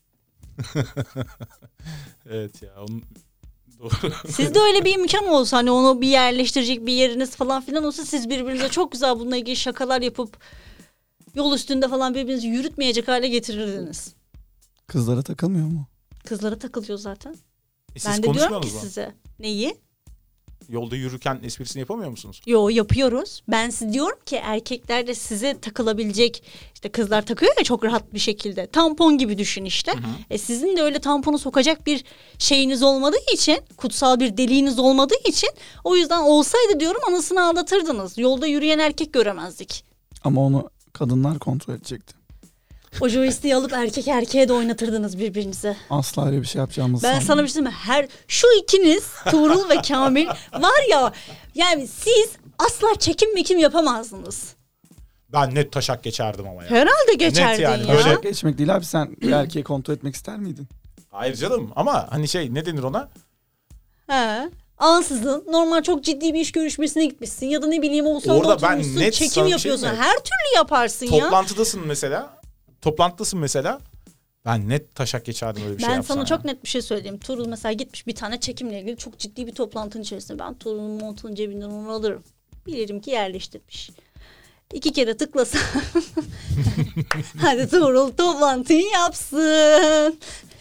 Evet ya. Onun... Doğru. Sizde öyle bir imkan olsa, hani onu bir yerleştirecek bir yeriniz falan filan olsa, siz birbirinize çok güzel bununla ilgili şakalar yapıp yol üstünde falan birbirinizi yürütmeyecek hale getirirdiniz. Kızlara takılmıyor mu? Kızlara takılıyor zaten. E siz Ben de diyorum ki konuşmuyorsunuz mu? size. Neyi? Yolda yürürken esprisini yapamıyor musunuz? Yo, yapıyoruz. Ben size diyorum ki erkekler de size takılabilecek, işte kızlar takıyor ya çok rahat bir şekilde. Tampon gibi düşün işte. Hı hı. E sizin de öyle tamponu sokacak bir şeyiniz olmadığı için, kutsal bir deliğiniz olmadığı için, o yüzden olsaydı diyorum anasını ağlatırdınız. Yolda yürüyen erkek göremezdik. Ama onu kadınlar kontrol edecekti. O joystick'i alıp erkek erkeğe de oynatırdınız birbirinize. Asla öyle bir şey yapacağımızı Ben sanmıyorum. sana bir şey söyleyeyim mi? Her, şu ikiniz Tuğrul ve Kamil var ya, yani siz asla çekim mekim yapamazdınız. Ben net taşak geçerdim ama ya. Herhalde geçerdin yani, ya. böyle- Böyle geçmek değil abi, sen bir erkeği kontrol etmek ister miydin? Hayır canım ama hani şey ne denir ona? He. Ansızın normal çok ciddi bir iş görüşmesine gitmişsin ya da ne bileyim Oğuzhan'la Orada ben oturmuşsun, net çekim sana bir şey yapıyorsun. mi? Her türlü yaparsın ya. Toplantıdasın mesela. Toplantıdasın mesela. Ben net taşak geçerdim öyle bir şey Ben yapsan sana ya. çok net bir şey söyleyeyim. Tuğrul mesela gitmiş bir tane çekimle ilgili çok ciddi bir toplantının içerisinde. Ben Tuğrul'un montunun cebinden onu alırım. Bilirim ki yerleştirmiş. İki kere tıklasa. Hadi Tuğrul toplantıyı yapsın.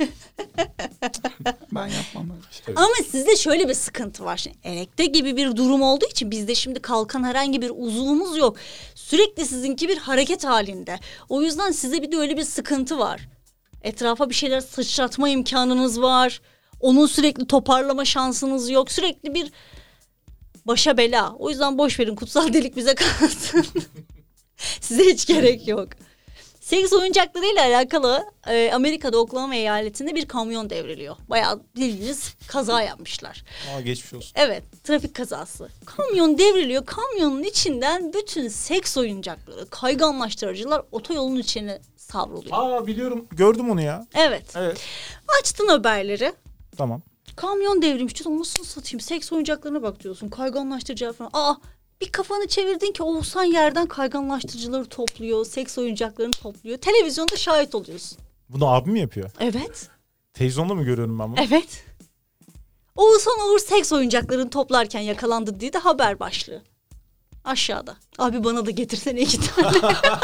Ben yapmam öyle bir şey. Evet. Ama sizde şöyle bir sıkıntı var. Şimdi elekte gibi bir durum olduğu için bizde şimdi kalkan herhangi bir uzuvumuz yok. Sürekli sizinki bir hareket halinde. O yüzden size bir de öyle bir sıkıntı var. Etrafa bir şeyler sıçratma imkanınız var. Onun sürekli toparlama şansınız yok. Sürekli bir başa bela. O yüzden boş verin, kutsal delik bize kalsın. Size hiç gerek yok. Seks oyuncaklarıyla alakalı e, Amerika'da Oklahoma eyaletinde bir kamyon devriliyor. Bayağı bildiğiniz kaza yapmışlar. Aa, geçmiş olsun. Evet, trafik kazası. Kamyon devriliyor. Kamyonun içinden bütün seks oyuncakları, kayganlaştırıcılar otoyolun içine savruluyor. Aa biliyorum. Gördüm onu ya. Evet. Evet. Açtın haberleri. Tamam. Kamyon devrilmiş. Diyorsun, nasıl satayım? Seks oyuncaklarına bak diyorsun. Kayganlaştırıcılar falan. Aa, bir kafanı çevirdin ki Oğuzhan yerden kayganlaştırıcıları topluyor. Seks oyuncaklarını topluyor. Televizyonda şahit oluyorsun. Bunu abim mi yapıyor? Evet. Televizyonda mı görüyorum ben bunu? Evet. Oğuzhan Uğur seks oyuncaklarını toplarken yakalandı diye de haber başlığı. Aşağıda. Abi bana da getirsene iki tane.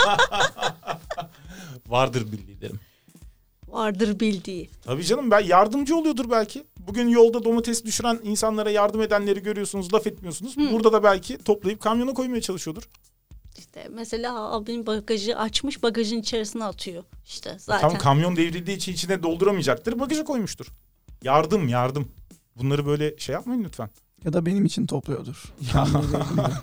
Vardır bildiğim. Vardır bildiği. Tabii canım, ben yardımcı oluyordur belki. Bugün yolda domates düşüren insanlara yardım edenleri görüyorsunuz, laf etmiyorsunuz. Hı. Burada da belki toplayıp kamyona koymaya çalışıyordur. İşte mesela abinin bagajı açmış, bagajın içerisine atıyor. İşte zaten. Tam kamyon devrildiği için içine dolduramayacaktır, bagaja koymuştur. Yardım, yardım. Bunları böyle şey yapmayın lütfen. Ya da benim için topluyordur. Kendine değil de.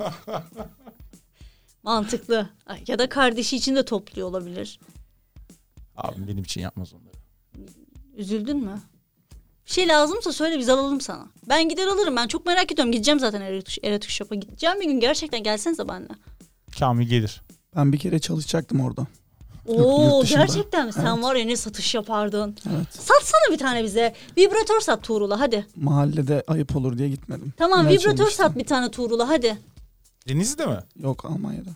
Mantıklı. Ay, ya da kardeşi için de topluyor olabilir. Abim benim için yapmaz onları. Üzüldün mü? Bir şey lazımsa söyle, biz alalım sana. Ben gider alırım. Ben çok merak ediyorum. Gideceğim zaten Erotik Shop'a. Gideceğim bir gün. Gerçekten gelsenize benimle. Kamil gelir. Ben bir kere çalışacaktım orada. Oo, yurt dışında. gerçekten mi? Sen Evet. var ya ne satış yapardın. Evet. Satsana bir tane bize. Vibratör sat Tuğrul'a hadi. Mahallede ayıp olur diye gitmedim. Tamam, Yine vibratör çalıştım. sat bir tane Tuğrul'a hadi. Denizli'de mi? Yok, Almanya'da.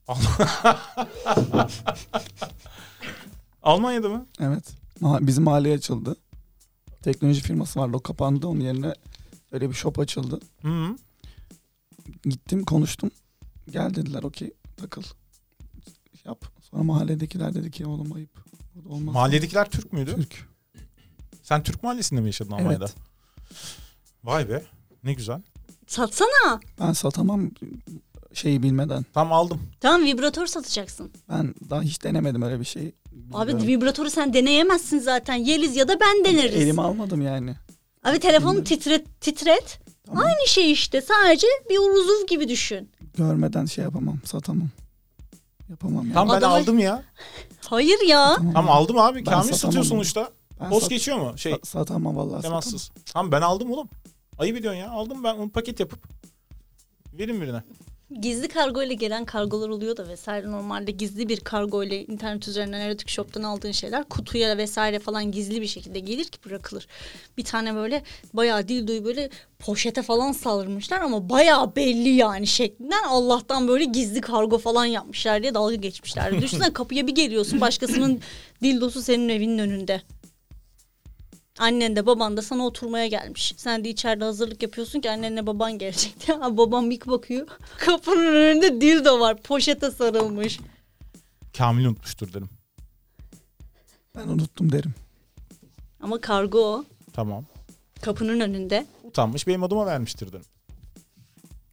Almanya'da mı? Evet. Ma- bizim mahalleye açıldı. Teknoloji firması vardı, o kapandı. Onun yerine öyle bir shop açıldı. Hı -hı. Gittim, konuştum. Gel dediler, okey takıl. Yap. Sonra mahalledekiler dedi ki oğlum ayıp. Burada olmaz. Mahalledekiler Türk müydü? Türk. Sen Türk mahallesinde mi yaşadın Almanya'da? Evet. Vay be. Ne güzel. Satsana. Ben satamam şeyi bilmeden. Tam aldım. Tamam, vibratör satacaksın. Ben daha hiç denemedim öyle bir şey. Abi Bilmiyorum. vibratörü sen deneyemezsin zaten. Yeliz ya da ben deneriz. Elime almadım yani. Abi telefonu titret, titret. Tamam. Aynı şey işte. Sadece bir uzuv gibi düşün. Görmeden şey yapamam, satamam. Yapamam yani. Tam ben Adama- aldım ya. Hayır ya. Satamam. Tam aldım abi. Ben Kamil satamam satıyor bunu. sonuçta. Ben Post sat- geçiyor mu? Şey sa- satamam vallahi. temassız. Tam ben aldım oğlum. Ayıp ediyorsun ya. Aldım ben onu, paket yapıp. Verin birine. Gizli kargo ile gelen kargolar oluyor da vesaire. Normalde gizli bir kargo ile internet üzerinden Erotik Shop'tan aldığın şeyler kutuya vesaire falan gizli bir şekilde gelir ki bırakılır. Bir tane böyle bayağı dildoyu böyle poşete falan saldırmışlar ama bayağı belli yani şeklinden. Allah'tan böyle gizli kargo falan yapmışlar diye dalga geçmişler. Düşünsene, kapıya bir geliyorsun, başkasının dildosu senin evinin önünde. Annen de baban da sana oturmaya gelmiş. Sen de içeride hazırlık yapıyorsun ki annenle baban gelecek diye. Ha, babam bir bakıyor. Kapının önünde dildo var. Poşete sarılmış. Kamil unutmuştur derim. Ben unuttum derim. Ama kargo o. Tamam. Kapının önünde. Utanmış benim adıma vermiştir derim.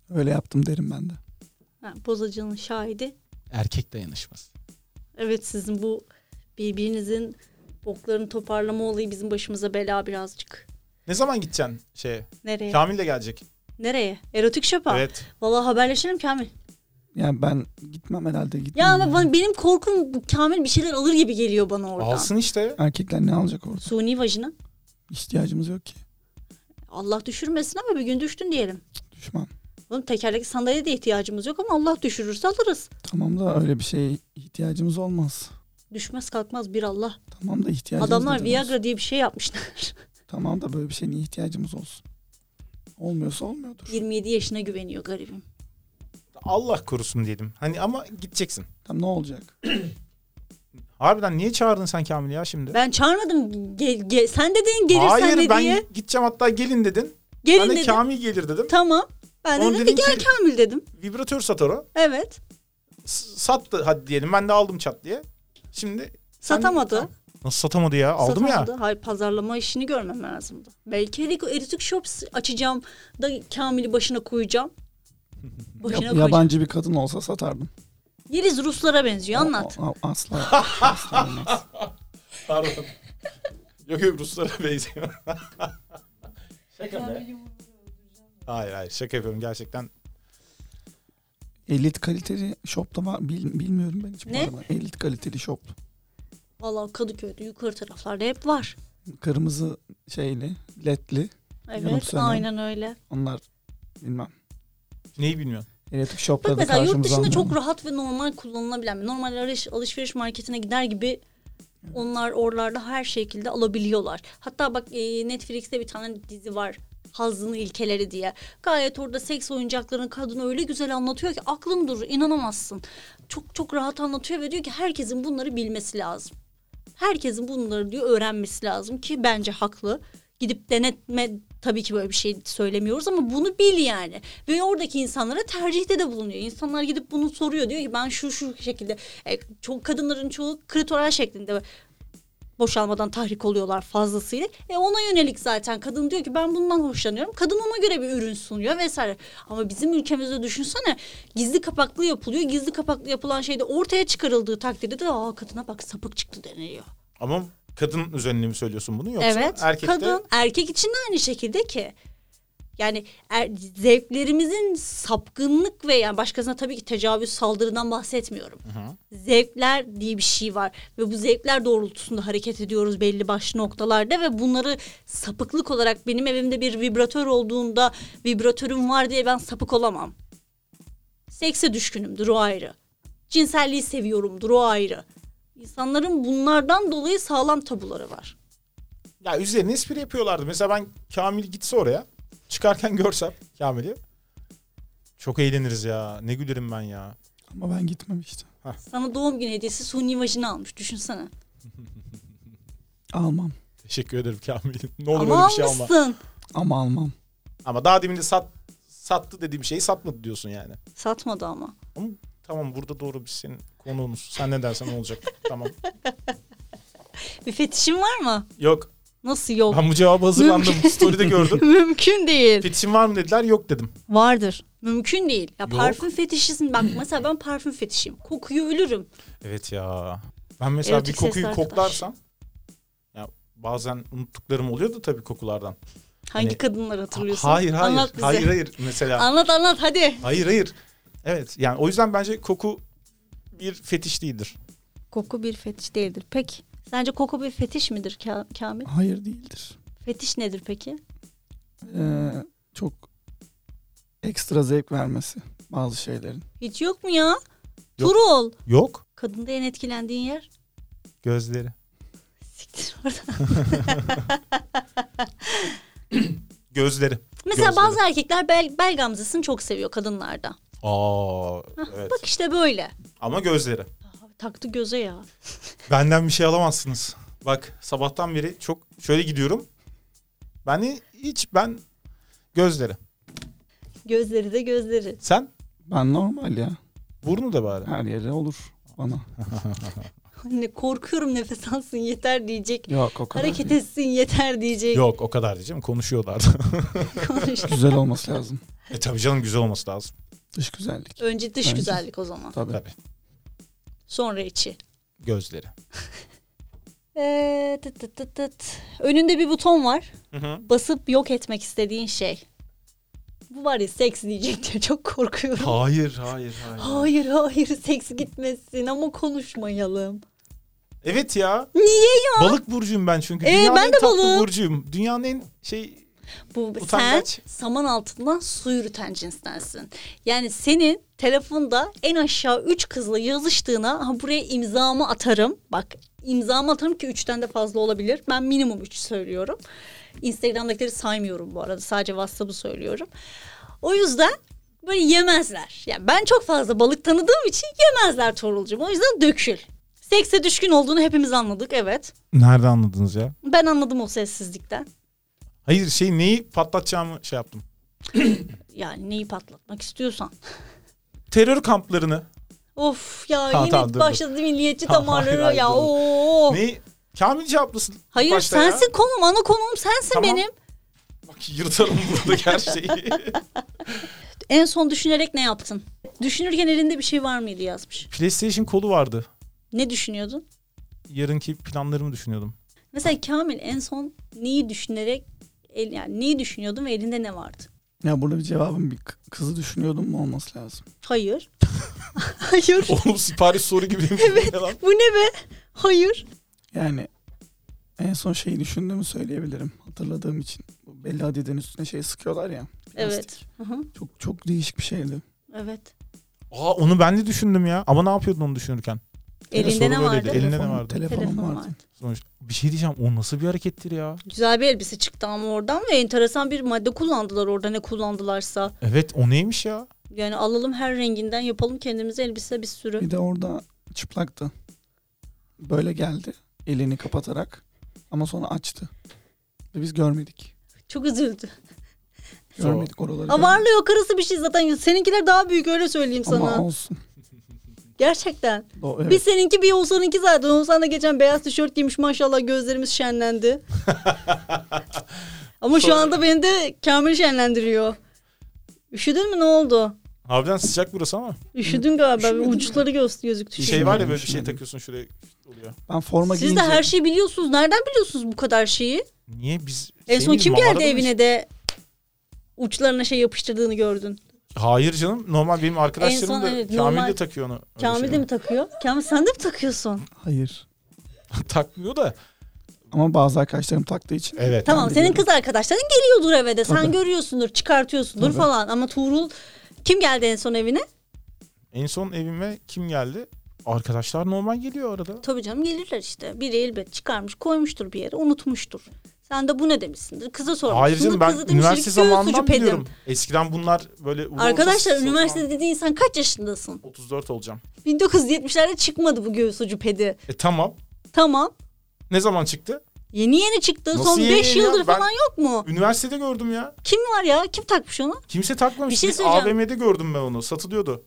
Öyle yaptım derim ben de. Ha, bozacının şahidi. Erkek dayanışması. Evet, sizin bu birbirinizin boklarını toparlama olayı bizim başımıza bela birazcık. Ne zaman gideceksin şeye? Nereye? Kamil de gelecek. Nereye? Erotik shop'a. Evet. Vallahi haberleşelim Kamil. Yani ben gitmem herhalde. Gitmem Ya ama yani. ben- benim korkum bu Kamil bir şeyler alır gibi geliyor bana oradan. Alsın işte. Erkekler ne alacak orada? Suni vajina. İhtiyacımız yok ki. Allah düşürmesin ama bir gün düştün diyelim. Düşman. Oğlum tekerlekli sandalyeye de ihtiyacımız yok ama Allah düşürürse alırız. Tamam da öyle bir şeye ihtiyacımız olmaz. Düşmez kalkmaz bir Allah. Tamam da ihtiyacımız Adamlar neden Viagra olsun? diye bir şey yapmışlar. Tamam da böyle bir şeye niye ihtiyacımız olsun? Olmuyorsa olmuyordur. yirmi yedi yaşına güveniyor garibim. Allah korusun diyelim. Hani ama gideceksin. Tamam ne olacak? Harbiden niye çağırdın sen Kamil'i ya şimdi? Ben çağırmadım. Gel, gel. Sen dedin gelirsen Hayır de ben diye. gideceğim hatta gelin dedin. Gelin ben de dedim. Kamil gelir dedim. Tamam. Ben de Oğlum dedim dedin ki gel ki- Kamil dedim. Vibratör satar o. Evet. S- Sattı hadi diyelim. Ben de aldım çat diye. Şimdi sen- Satamadı. Nasıl satamadı ya? Aldım Satamadı. ya. Hayır, pazarlama işini görmem lazımdı. Belki erik- erotik shop açacağım da Kamil'i başına koyacağım. Başına Yab- koyacağım. yabancı bir kadın olsa satardım. Yeliz Ruslara benziyor, anlat. O- o- asla. asla olmaz. Pardon. yok yok Ruslara benziyor. Şaka be. Hayır hayır şaka yapıyorum gerçekten. Elit kaliteli shop'ta var. Bil- bilmiyorum ben hiç bu Ne? arada. Elit kaliteli shop. Vallahi Kadıköy'de yukarı taraflarda hep var. Kırmızı şeyli, ledli. Evet, Yanıp sönen. aynen öyle. Onlar bilmem. Neyi bilmiyorsun? Erotik Bak shop'larda mesela yurt karşımıza dışında almıyor çok mu? rahat ve normal kullanılabilen, normal alış- alışveriş marketine gider gibi onlar oralarda her şekilde alabiliyorlar. Hatta bak e, Netflix'te bir tane dizi var. Hazzın İlkeleri diye. Gayet orada seks oyuncaklarını kadın öyle güzel anlatıyor ki aklın durur, inanamazsın. Çok çok rahat anlatıyor ve diyor ki herkesin bunları bilmesi lazım. Herkesin bunları diyor öğrenmesi lazım ki bence haklı. Gidip denetme tabii ki böyle bir şey söylemiyoruz ama bunu bil yani. Ve oradaki insanlara tercihte de bulunuyor. İnsanlar gidip bunu soruyor. Diyor ki ben şu şu şekilde. E, çok kadınların çoğu klitoral şeklinde boşalmadan tahrik oluyorlar fazlasıyla. E ona yönelik zaten kadın diyor ki ben bundan hoşlanıyorum. Kadın ona göre bir ürün sunuyor vesaire. Ama bizim ülkemizde düşünsene gizli kapaklı yapılıyor. Gizli kapaklı yapılan şeyde ortaya çıkarıldığı takdirde de aa kadına bak sapık çıktı deniliyor. Ama kadın üzerine mi söylüyorsun bunu yoksa Evet, erkekte? kadın erkek için de aynı şekilde ki. Yani er, zevklerimizin sapkınlık ve yani başkasına tabii ki tecavüz, saldırıdan bahsetmiyorum. Hı hı. Zevkler diye bir şey var ve bu zevkler doğrultusunda hareket ediyoruz belli başlı noktalarda ve bunları sapıklık olarak benim evimde bir vibratör olduğunda vibratörüm var diye ben sapık olamam. Sekse düşkünümdür, o ayrı. Cinselliği seviyorumdur, o ayrı. İnsanların bunlardan dolayı sağlam tabuları var. Ya üzerine espri yapıyorlardı. Mesela ben Kamil gitse oraya çıkarken görsem Kamil'i çok eğleniriz ya. Ne gülerim ben ya. Ama ben gitmem işte. Sana doğum günü hediyesi suni vajina almış, düşünsene. Almam. Teşekkür ederim Kamil. Ne olur Ama öyle bir şey alma. almışsın. Ama almam. Ama daha demin de sat, sattı dediğim şeyi satmadı diyorsun yani. Satmadı ama. Ama tamam burada doğru biz senin konuğumuz. Sen ne dersen olacak. Tamam. Bir fetişin var mı? Yok. Nasıl yok? Ben bu cevabı hazırlandım. Story'de gördüm. Mümkün değil. Fetişin var mı dediler. Yok dedim. Vardır. Mümkün değil. Ya Yok. parfüm fetişisin. Bak mesela ben parfüm fetişiyim. Kokuyu ölürüm. Evet ya. Ben mesela Erotik bir kokuyu sesli arkadaş. koklarsam ya bazen unuttuklarım oluyor da tabii kokulardan. Hangi Hani- kadınları hatırlıyorsun? Hayır hayır. Anlat bize. Hayır hayır mesela. Anlat anlat hadi. Hayır hayır. Evet yani o yüzden bence koku bir fetiş değildir. Koku bir fetiş değildir. Peki. Sence koku bir fetiş midir Ka- Kamil? Hayır değildir. Fetiş nedir peki? Ee, çok ekstra zevk vermesi bazı şeylerin. Hiç yok mu ya? Yok. Turul. Yok. Kadında en etkilendiğin yer? Gözleri. Siktir orada. Gözleri. Mesela Gözleri. bazı erkekler bel, bel gamzesini çok seviyor kadınlarda. Aa Hah, evet. Bak işte böyle. Ama gözleri. Aa, taktı göze ya. Benden bir şey alamazsınız. Bak sabahtan beri çok şöyle gidiyorum. Ben de hiç ben gözleri. Gözleri de gözleri. Sen Ben normal ya. burnu da bari. Her yere olur bana. Hani korkuyorum nefes alsın yeter diyecek. Yok o kadar Hareket değil. etsin yeter diyecek. Yok o kadar diyeceğim. Konuşuyorlardı. Konuş. Güzel olması lazım. e tabii canım güzel olması lazım. Dış güzellik. Önce dış Önce. güzellik o zaman. Tabii. Tabii. Sonra içi. Gözleri. Ee, tıt tıt tıt tıt. Önünde bir buton var. Hı hı. Basıp yok etmek istediğin şey. Bu var ya seks diyecek diye çok korkuyorum. Hayır, hayır, hayır. Hayır hayır seks gitmesin ama konuşmayalım. Evet ya. Niye ya? Balık burcuyum ben çünkü. Ee, Dünyanın ben en de tatlı balığım. burcuyum. Dünyanın en şey... Bu Utangaç. sen saman altından su yürüten cinstensin. Yani senin telefonda en aşağı üç kızla yazıştığına ha buraya imzamı atarım. Bak imzamı atarım ki üçten de fazla olabilir. Ben minimum üç söylüyorum. Instagram'dakileri saymıyorum bu arada. Sadece WhatsApp'ı söylüyorum. O yüzden böyle yemezler. Yani ben çok fazla balık tanıdığım için yemezler Torulcuğum. O yüzden dökül. Sekse düşkün olduğunu hepimiz anladık evet. Nerede anladınız ya? Ben anladım o sessizlikten. Hayır şey neyi patlatacağımı şey yaptım. Yani neyi patlatmak istiyorsan. Terör kamplarını. Of ya Tamam, yine tamam, dur, dur. başladı milliyetçi Tamam, damarları hayır, hayır, ya. dur, dur. Oo. Neyi? Kamil cevaplasın. Hayır başta ya. sensin konum ana konuğum sensin Tamam. benim. Bak yırtarım burada her şeyi. En son düşünerek ne yaptın? Düşünürken elinde bir şey var mıydı yazmış. PlayStation kolu vardı. Ne düşünüyordun? Yarınki planlarımı düşünüyordum. Mesela Kamil en son neyi düşünerek el, yani neyi düşünüyordun ve elinde ne vardı? Ya burada bir cevabım bir k- kızı düşünüyordum mu olması lazım. Hayır. Hayır. Oğlum sipariş soru gibi. Evet. Bu ne be? Hayır. Yani en son şeyi düşündüğümü söyleyebilirim. Hatırladığım için. Bu Bella Hadid'in üstüne şey sıkıyorlar ya. Evet. plastik. Hı hı. Çok çok değişik bir şeydi. Evet. Aa onu ben de düşündüm ya. Ama ne yapıyordun onu düşünürken? Elinde soru ne böyleydi. vardı? Elinde ne Telefon- vardı? Telefonum Telefon vardı. vardı. Sonuç, bir şey diyeceğim. O nasıl bir harekettir ya? Güzel bir elbise çıktı ama oradan ve enteresan bir madde kullandılar orada ne kullandılarsa. Evet o neymiş ya? Yani alalım her renginden yapalım kendimize elbise bir sürü. Bir de orada çıplaktı. Böyle geldi. Elini kapatarak. Ama sonra açtı. Ve biz görmedik. Çok üzüldü. Görmedik oraları. Ha varlığı yok arası bir şey zaten. Seninkiler daha büyük öyle söyleyeyim görmedik. sana. Ama olsun. Gerçekten. O, evet. Bir seninki bir Oğuzhan'ınki zaten. Oğuzhan da geçen beyaz tişört giymiş maşallah gözlerimiz şenlendi. Ama şu anda beni de Kamil şenlendiriyor. Üşüdün mü ne oldu? Harbiden sıcak burası ama. Üşüdün galiba. Üşümedim. Bir Uçları göz, gözüktü. şey şeyin. var ya böyle bir şey Düşünmedim. takıyorsun şuraya oluyor. Ben forma Siz giyince... de her şeyi biliyorsunuz. Nereden biliyorsunuz bu kadar şeyi? Niye biz... En şey son miyiz, kim geldi mağarada mıyız? evine de uçlarına şey yapıştırdığını gördün? Hayır canım. Normal benim arkadaşlarım En son, da evet, Kamil normal. de takıyor onu. Öyle Kamil şey de mi takıyor? Kamil sen de mi takıyorsun? Hayır. Takmıyor da. Ama bazı arkadaşlarım taktığı için. Evet. Tamam Ben senin biliyorum. kız arkadaşların geliyordur eve de. Sen Tabii. görüyorsundur, çıkartıyorsundur Tabii. falan. Ama Tuğrul kim geldi en son evine? En son evime kim geldi? Arkadaşlar normal geliyor arada. Tabii canım gelirler işte. Biri elbet çıkarmış koymuştur bir yere unutmuştur. Sen de bu ne demişsindir? Kıza sormuşsun. Hayır canım ben Kızı demiştir üniversite ki, "Göğüs zamanından ucu pedim." biliyorum. Eskiden bunlar böyle... ulu Arkadaşlar orta üniversite satılan- dediğin sen kaç yaşındasın? otuz dört olacağım. bin dokuz yüz yetmişlerde çıkmadı bu göğüs ucu pedi. E tamam. Tamam. Ne zaman çıktı? Yeni yeni çıktı. Nasıl Son yeni beş yeni ya? yıldır Ben- falan yok mu? Üniversitede gördüm ya. Kim var ya? Kim takmış onu? Kimse takmamış. Bir şey Biz söyleyeceğim. A V M'de gördüm ben onu. Satılıyordu.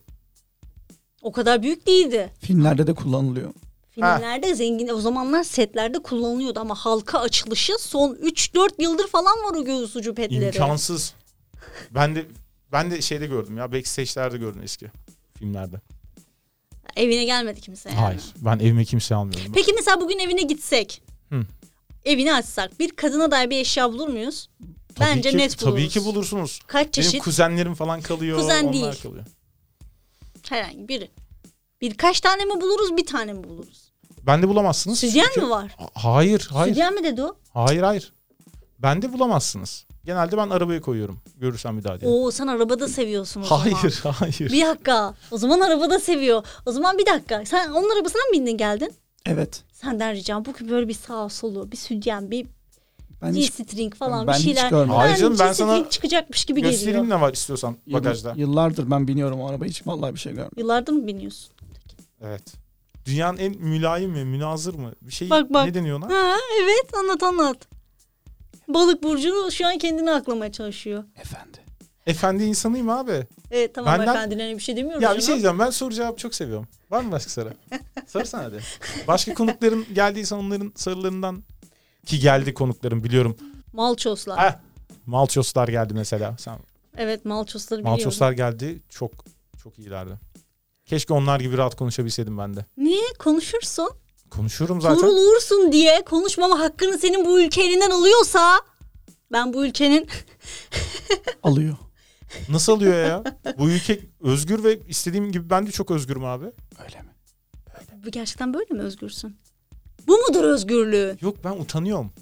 O kadar büyük değildi. Filmlerde de kullanılıyor. Filmlerde zengin o zamanlar setlerde kullanılıyordu ama halka açılışı son üç dört yıldır falan var o göğüs ucu pedleri. İmkansız. Ben de ben de şeyde gördüm ya. Backstage'lerde gördüm eski filmlerde. Evine gelmedi kimse yani. Hayır. Ben evime kimse almıyorum. Peki mesela bugün evine gitsek. Hı. Evini açsak bir kadına dair bir eşya bulur muyuz? Tabii Bence ki, net buluruz. Tabii ki bulursunuz. Kaç Benim çeşit? kuzenlerim falan kalıyor. Kuzen onlar değil. kalıyor. Herhangi biri. Birkaç tane mi buluruz bir tane mi buluruz? Bende bulamazsınız. Sütyen Çünkü- mi var? Ha- Hayır, hayır. Sütyen mi dedi o? Hayır, hayır. Bende bulamazsınız. Genelde ben arabaya koyuyorum. Görürsen bir daha diye. Oo sen arabada seviyorsun o zaman. Hayır, hayır. Bir dakika. O zaman arabada seviyor. O zaman bir dakika. Sen onun arabasına mı bindin geldin? Evet. Senden ricam bugün böyle bir sağ solu, bir sütyen, bir Ben hiç G-string falan ben bir hiç şeyler. görmedim. Hayır canım, ben G-string sana çıkacakmış gibi Göstereyim geliyor. ne var istiyorsan yıl- bagajda. yıllardır ben biniyorum o araba hiç vallahi bir şey görmedim. Yıllardır mı biniyorsun? Evet. Dünyanın en mülayim mi, münazır mı? Bir şey Bak, bak. ne deniyor ona? Ha evet anlat anlat. Balık burcu şu an kendini aklamaya çalışıyor. Efendi. Efendi insanıyım abi. Evet tamam Benden- efendilerine bir şey demiyoruz. Ya bir canım. şey diyeceğim. Ben soru cevap çok seviyorum. Var mı başka soru? Sarısana hadi. Başka konukların geldiyse onların sarılarından ki geldi konukların biliyorum. Malçoslar. Heh, Malçoslar geldi mesela. Sen Evet, Malçosları biliyorum. Malçoslar geldi. Çok çok iyilerdi. Keşke onlar gibi rahat konuşabilseydim ben de. Niye? Konuşursun. Konuşuyorum zaten. Sorulursun diye konuşmama hakkını senin bu ülke elinden alıyorsa ben bu ülkenin Alıyor. Nasıl alıyor ya? Bu ülke özgür ve istediğim gibi ben de çok özgürüm abi. Öyle mi? Bu gerçekten böyle mi özgürsün? Bu mudur özgürlüğün? Yok ben utanıyorum.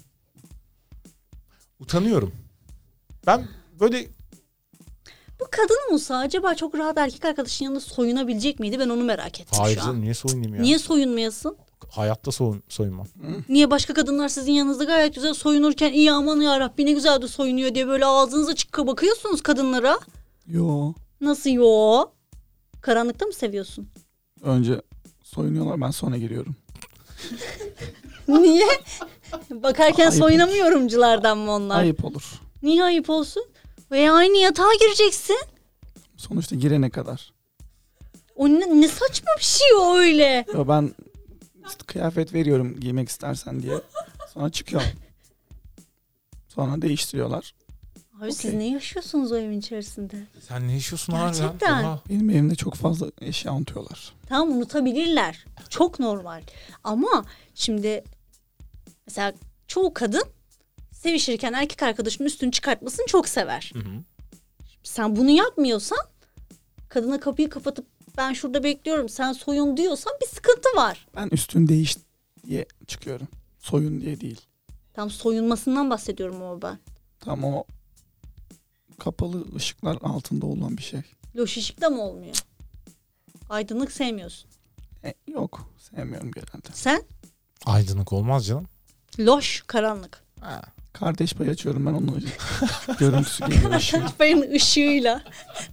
Utanıyorum. Ben böyle Bu kadın olsa acaba çok rahat erkek arkadaşın yanında soyunabilecek miydi? Ben onu merak ettim hayır şu an. canım niye soyunayım ya? Niye soyunmayasın? Hayatta soyun, soyunmam. Niye başka kadınlar sizin yanınızda gayet güzel soyunurken iyi aman ya Rabbi ne güzel de soyunuyor diye böyle ağzınız açık bakıyorsunuz kadınlara? Yo. Nasıl yo? Karanlıkta mı seviyorsun? Önce soyunuyorlar, ben sonra giriyorum. Niye? Bakarken Ayıp. soyunamıyorumculardan mı onlar? Ayıp olur. Niye ayıp olsun? Ve aynı yatağa gireceksin. Sonuçta girene kadar. O ne, ne saçma bir şey o öyle. Yo, ben işte kıyafet veriyorum giymek istersen diye. Sonra çıkıyorum. Sonra değiştiriyorlar. Abi siz Okey. ne yaşıyorsunuz o evin içerisinde? Sen ne yaşıyorsun abi ya? Gerçekten. Oha. Benim evimde çok fazla eşya unutuyorlar. Tamam unutabilirler. Çok normal. Ama şimdi mesela çoğu kadın sevişirken erkek arkadaşının üstünü çıkartmasını çok sever. Hı hı. Sen bunu yapmıyorsan kadına kapıyı kapatıp ben şurada bekliyorum sen soyun diyorsan bir sıkıntı var. Ben üstün değiş diye çıkıyorum. Soyun diye değil. Tam soyunmasından bahsediyorum ama ben. Tam o kapalı ışıklar altında olan bir şey. Loş ışıkta mı olmuyor? Aydınlık sevmiyorsun. E, yok, sevmiyorum genelde. Sen? Aydınlık olmaz canım. Loş, karanlık. Ha. Kardeş payı açıyorum ben onun görüntüsü geliyor ışığı. Benim ışığıyla.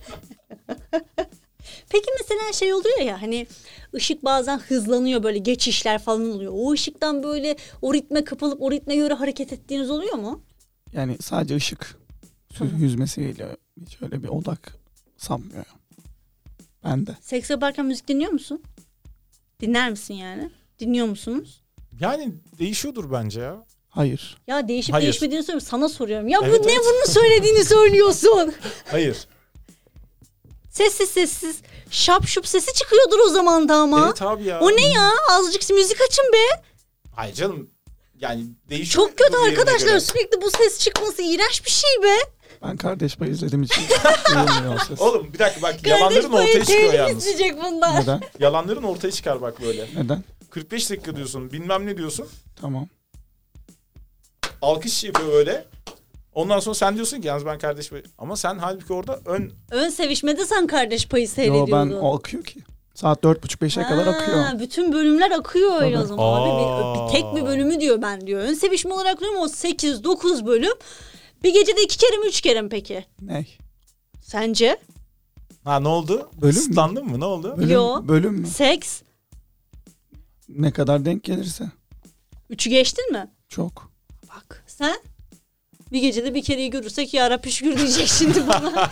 Peki mesela şey oluyor ya hani ışık bazen hızlanıyor böyle geçişler falan oluyor. O ışıktan böyle o ritme kapılıp o ritme göre hareket ettiğiniz oluyor mu? Yani sadece ışık Tamam. yüzmesi geliyor. Hiç öyle bir odak sanmıyor. Ben de. Seks yaparken müzik dinliyor musun? Dinler misin yani? Dinliyor musunuz? Yani değişiyordur bence ya. Hayır. Ya değişip Hayır. değişmediğini soruyorum. Sana soruyorum. Ya Evet, bu ne evet. bunu söylediğini söylüyorsun? Hayır. Sessiz sessiz şap şup sesi çıkıyordur o zaman da ama. Evet abi ya. O ne ya? Azıcık müzik açın be. Hayır canım. Yani değişiyor. Çok kötü yerine arkadaşlar. göre. Sürekli bu ses çıkması iğrenç bir şey be. Ben kardeş payı izlediğim için duyulmuyor o ses. Oğlum bir dakika bak Kardeş yalanların payı ortaya çıkıyor telif yalnız. isteyecek bunlar. Neden? Yalanların ortaya çıkar bak böyle. Neden? kırk beş dakika diyorsun bilmem ne diyorsun. Tamam. Alkış yapıyor böyle. Ondan sonra sen diyorsun ki yalnız ben kardeş payı. Ama sen halbuki orada ön... Ön sevişmede sen kardeş payı Yo, seyrediyordun. ben o akıyor ki. Saat dört buçuk beşe kadar Ha, akıyor. bütün bölümler akıyor öyle o Tabii. zaman. Abi Aa. bir, bir tek bir bölümü diyor ben diyor. Ön sevişme olarak diyorum o sekiz dokuz bölüm. Bir gecede iki kere mi üç kere mi peki? Ney? Sence? Ha ne oldu? Bölüm mü? Islandın mı? Ne oldu? Bölüm, Yo. bölüm mü? Seks? Ne kadar denk gelirse. Üçü geçtin mi? Çok. Bak sen bir gecede bir kereyi görürsek ya Rabbi şükür diyecek şimdi bana.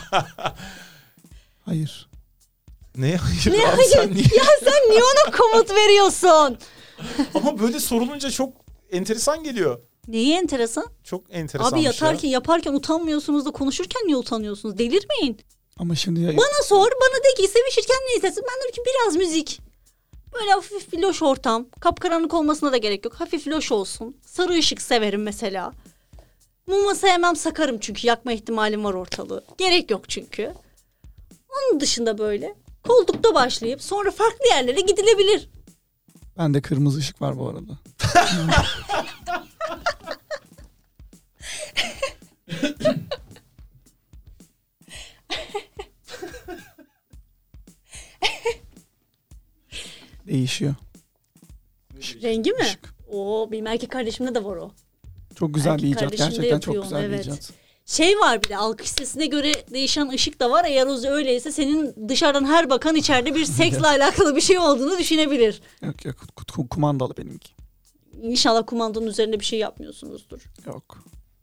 Hayır. Ne? Hayır Ne abi hayır? sen niye? Ya sen niye ona komut veriyorsun? Ama böyle sorulunca çok enteresan geliyor. Neyi enteresan? Çok enteresan Abi bir şey. yatarken yaparken utanmıyorsunuz da konuşurken niye utanıyorsunuz? Delirmeyin. Ama şimdi ya, Bana sor, bana de ki sevişirken ne istersin? Ben dedim ki biraz müzik. Böyle hafif bir loş ortam. Kapkaranlık olmasına da gerek yok. Hafif loş olsun. Sarı ışık severim mesela. Muma sevmem, sakarım çünkü yakma ihtimalim var ortalığı. Gerek yok çünkü. Onun dışında böyle koltukta başlayıp sonra farklı yerlere gidilebilir. bende kırmızı ışık var bu arada. Değişiyor. Rengi mi? Işık. Oo, benim erkek kardeşimde de var o. Çok güzel Erkek bir icat. kardeşim de Gerçekten çok yapıyor güzel onu, bir evet. icat. Şey var bir de alkış sesine göre değişen ışık da var. Eğer o öyleyse senin dışarıdan her bakan içeride bir seksle alakalı bir şey olduğunu düşünebilir. Yok yok ku- kumandalı benimki. İnşallah kumandanın üzerinde bir şey yapmıyorsunuzdur. Yok.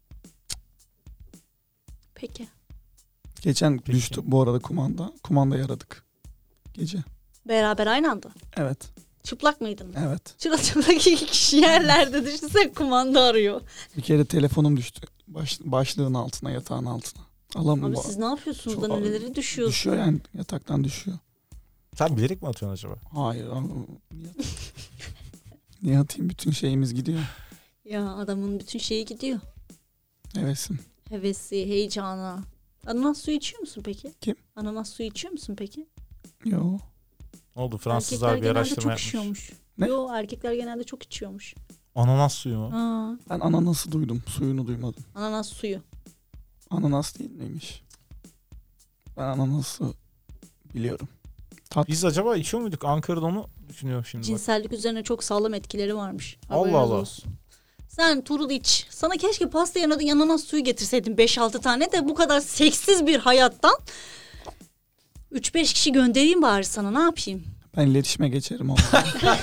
Peki. Geçen düştü bu arada kumanda. Kumanda yaradık. Gece. Beraber aynı anda. Evet. Çıplak mıydın? Evet. Çırılçıplak iki kişi yerlerde düşünsene kumanda arıyor. Bir kere telefonum düştü. Baş, başlığın altına, yatağın altına. Allah'ım Abi bu- siz ne yapıyorsunuz Çok da ağır. neleri düşüyorsunuz? düşüyor yani, yataktan düşüyor. Sen bilerek mi atıyorsun acaba? Hayır. ama- Niye, niye atayım, bütün şeyimiz gidiyor. Ya adamın bütün şeyi gidiyor. Hevesim. Hevesi, heyecanı. Ananas suyu içiyor musun peki? Kim? Ananas suyu içiyor musun peki? Yo. Oldu, Fransızlar Erkekler bir genelde araştırma çok yapmış. içiyormuş. Ne? Yo, erkekler genelde çok içiyormuş. Ananas suyu mu? Ha, Ben ananası duydum. Suyunu duymadım. ananas suyu. Ananas değil miymiş? Ben ananası biliyorum. Tat. Biz acaba içiyor muyduk? Ankara'da onu düşünüyorum şimdi. Bak. Cinsellik üzerine çok sağlam etkileri varmış. Allah Haberiniz Allah. olsun. Sen Turul iç. Sana keşke pasta yanına da ananas suyu getirseydin beş altı tane de bu kadar seksiz bir hayattan üç beş kişi göndereyim bari sana, ne yapayım? Ben iletişime geçerim onunla.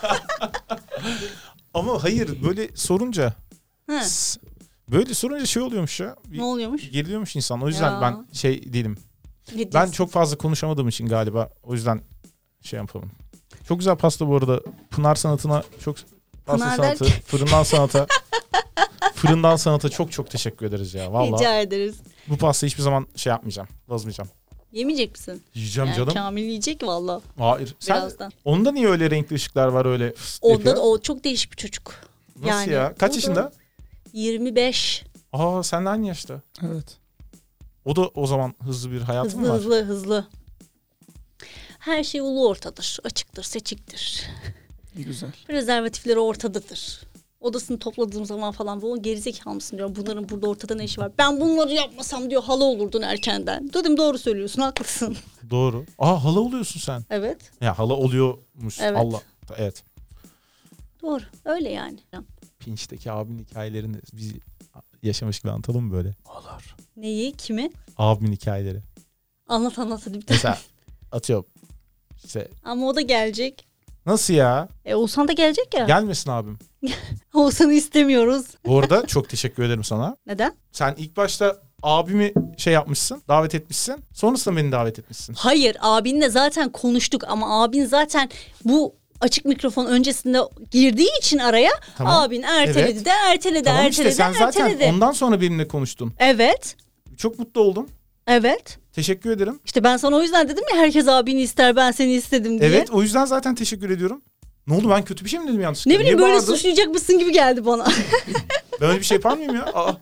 Ama hayır, böyle sorunca He, s- böyle sorunca şey oluyormuş ya. Bir ne oluyormuş? geriliyormuş insan. O yüzden Ya. ben şey değilim. Ne Ben diyorsun? çok fazla konuşamadığım için galiba. O yüzden şey yapalım. Çok güzel pasta bu arada. Pınar sanatına çok pasta Pınar sanatı, derken? fırından sanata. Fırından sanata çok çok teşekkür ederiz ya. Vallahi Rica ederiz. bu pastayı hiçbir zaman şey yapmayacağım. Bozmayacağım. Yemeyecek misin? Yiyeceğim Yani canım. Kamil yiyecek valla Hayır. Sen birazdan. onda niye öyle renkli ışıklar var öyle fıst Onda yapıyor? da o çok değişik bir çocuk. Nasıl yani ya? Kaç o da- yaşında? yirmi beş. Aa, seninle aynı yaşta. Evet. O da o zaman hızlı bir hayatı mı Hızlı var? hızlı hızlı. Her şey ulu ortadır. Açıktır, seçiktir. İyi, güzel. Prezervatifleri ortadadır. Odasını topladığım zaman falan bu gerizekalı mısın diyor. Bunların burada ortada ne işi var? Ben bunları yapmasam diyor hala olurdun erkenden. Dedim doğru söylüyorsun, haklısın. Doğru. Aa, hala oluyorsun sen. Evet. Ya hala oluyormuş. Evet. Allah. Evet. Doğru. Öyle yani. Pinç'teki abinin hikayelerini biz yaşamış gibi anlatalım mı böyle? Olur. Neyi? Kimi? Abimin hikayeleri. Anlat anlat hadi bir tane. Mesela atıyorum. İşte Ama o da gelecek. nasıl ya? E Oğuzhan da gelecek ya. Gelmesin abim. Oğuzhan'ı istemiyoruz. Bu arada çok teşekkür ederim sana. Neden? Sen ilk başta abimi şey yapmışsın, davet etmişsin. Sonrasında beni davet etmişsin. Hayır, abinle zaten konuştuk ama abin zaten bu açık mikrofon öncesinde girdiği için araya Tamam. abin erteledi Evet. de erteledi Tamam erteledi işte sen zaten erteledi. ondan sonra benimle konuştun. Evet. Çok mutlu oldum. Evet. Teşekkür ederim. İşte ben sana o yüzden dedim ya herkes abini ister ben seni istedim diye. Evet, o yüzden zaten teşekkür ediyorum. Ne oldu, ben kötü bir şey mi dedim yanlışlıkla? Ne bileyim Niye böyle bağırdın? suçlayacakmışsın gibi geldi bana. Ben öyle bir şey yapar mıyım ya? Aa,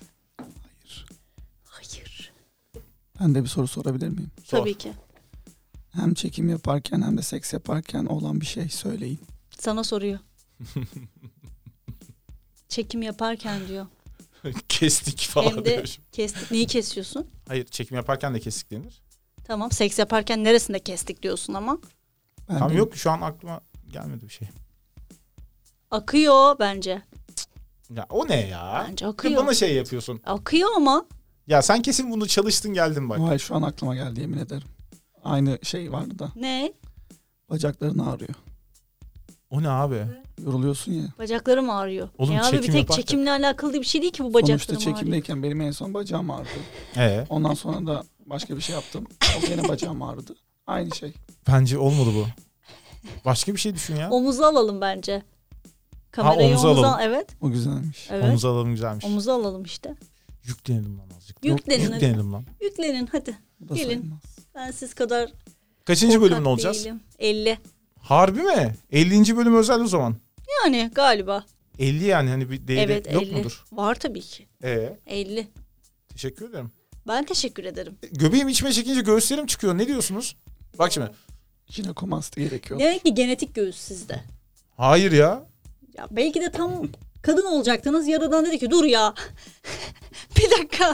Hayır. Ben de bir soru sorabilir miyim? sor. Tabii ki. Hem çekim yaparken hem de seks yaparken olan bir şey söyleyin. Sana soruyor. Çekim yaparken diyor. Kestik falan Hem de diyor. kestik. Neyi kesiyorsun? Hayır, çekim yaparken de kesik denir. Tamam, seks yaparken neresinde kestik diyorsun ama. Ben Tam de- yok, şu an aklıma gelmedi bir şey. Akıyor bence. Ya o ne ya? Bence Bir akıyor. bana şey yapıyorsun. Akıyor ama. Ya sen kesin bunu çalıştın geldin bak. Vay, şu an aklıma geldi, yemin ederim. Aynı şey vardı da. Ne? Bacakların ağrıyor. O ne abi? Yoruluyorsun ya. Bacaklarım ağrıyor. Oğlum, ya abi bir çekim tek yaparken- çekimle alakalı bir şey değil ki bu Sonuçta bacaklarım ağrıyor. çekimdeyken benim en son bacağım ağrıdı. Ee, Ondan sonra da başka bir şey yaptım. O gene bacağım ağrıdı. Aynı şey. bence olmadı bu. Başka bir şey düşün ya. Omuzu alalım bence. Kamerayı omuzu omuza alalım. Evet. O güzelmiş. Evet. Omuzu alalım, güzelmiş. Omuzu alalım işte. Yüklenelim lan azıcık. Yüklenin Yok, hadi. yüklenelim lan. Yüklenin hadi. Bu da Gelin. sayılmaz. Ben siz kadar Kaçıncı korkak bölümün olacağız? değilim. elli. Harbi mi? ellinci bölüm özel o zaman. Yani galiba. elli yani hani bir değeri Evet yok elli. mudur? Var tabii ki. Ee, elli. teşekkür ederim. Ben teşekkür ederim. Göbeğim içime çekince göğüslerim çıkıyor. Ne diyorsunuz? Bak şimdi. Jinekomasti gerekiyor. Demek ki genetik göğüs sizde. Hayır ya. Ya belki de tam kadın olacaktınız. Yaradan dedi ki dur ya. Bir dakika.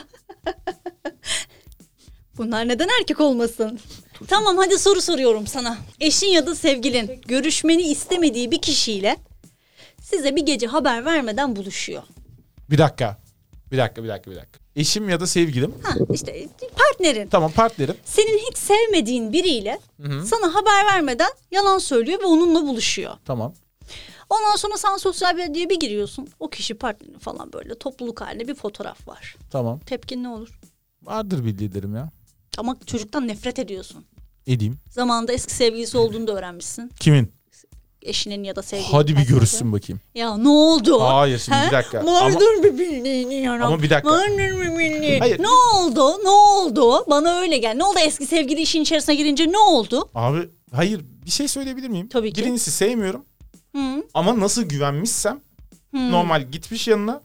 Bunlar neden erkek olmasın? Tamam hadi soru soruyorum sana. Eşin ya da sevgilin görüşmeni istemediği bir kişiyle size bir gece haber vermeden buluşuyor. Bir dakika. Bir dakika, bir dakika, bir dakika. Eşim ya da sevgilim. Ha işte partnerin. Tamam, partnerim. Senin hiç sevmediğin biriyle sana haber vermeden yalan söylüyor ve onunla buluşuyor. Tamam. Ondan sonra sen sosyal medyaya bir giriyorsun. O kişi partnerin falan böyle topluluk halinde bir fotoğraf var. Tamam. Tepkin ne olur? Vardır bildiğlerim ya. Ama çocuktan nefret ediyorsun. Edeyim. Zamanında eski sevgilisi olduğunu da öğrenmişsin. Kimin? eşinin ya da sevgilinin. Hadi bir karşısında. görüşsün bakayım. Ya ne oldu? Hayır şimdi He? bir dakika. Ama, Vardır bir bildiğini ama bir dakika. Vardır bir bildiğini. Hayır. Ne oldu? Ne oldu? Bana öyle gel. Ne oldu eski sevgili işin içerisine girince ne oldu? Abi hayır bir şey söyleyebilir miyim? Tabii ki. Birincisi sevmiyorum. Hı. Ama nasıl güvenmişsem Hı. normal gitmiş yanına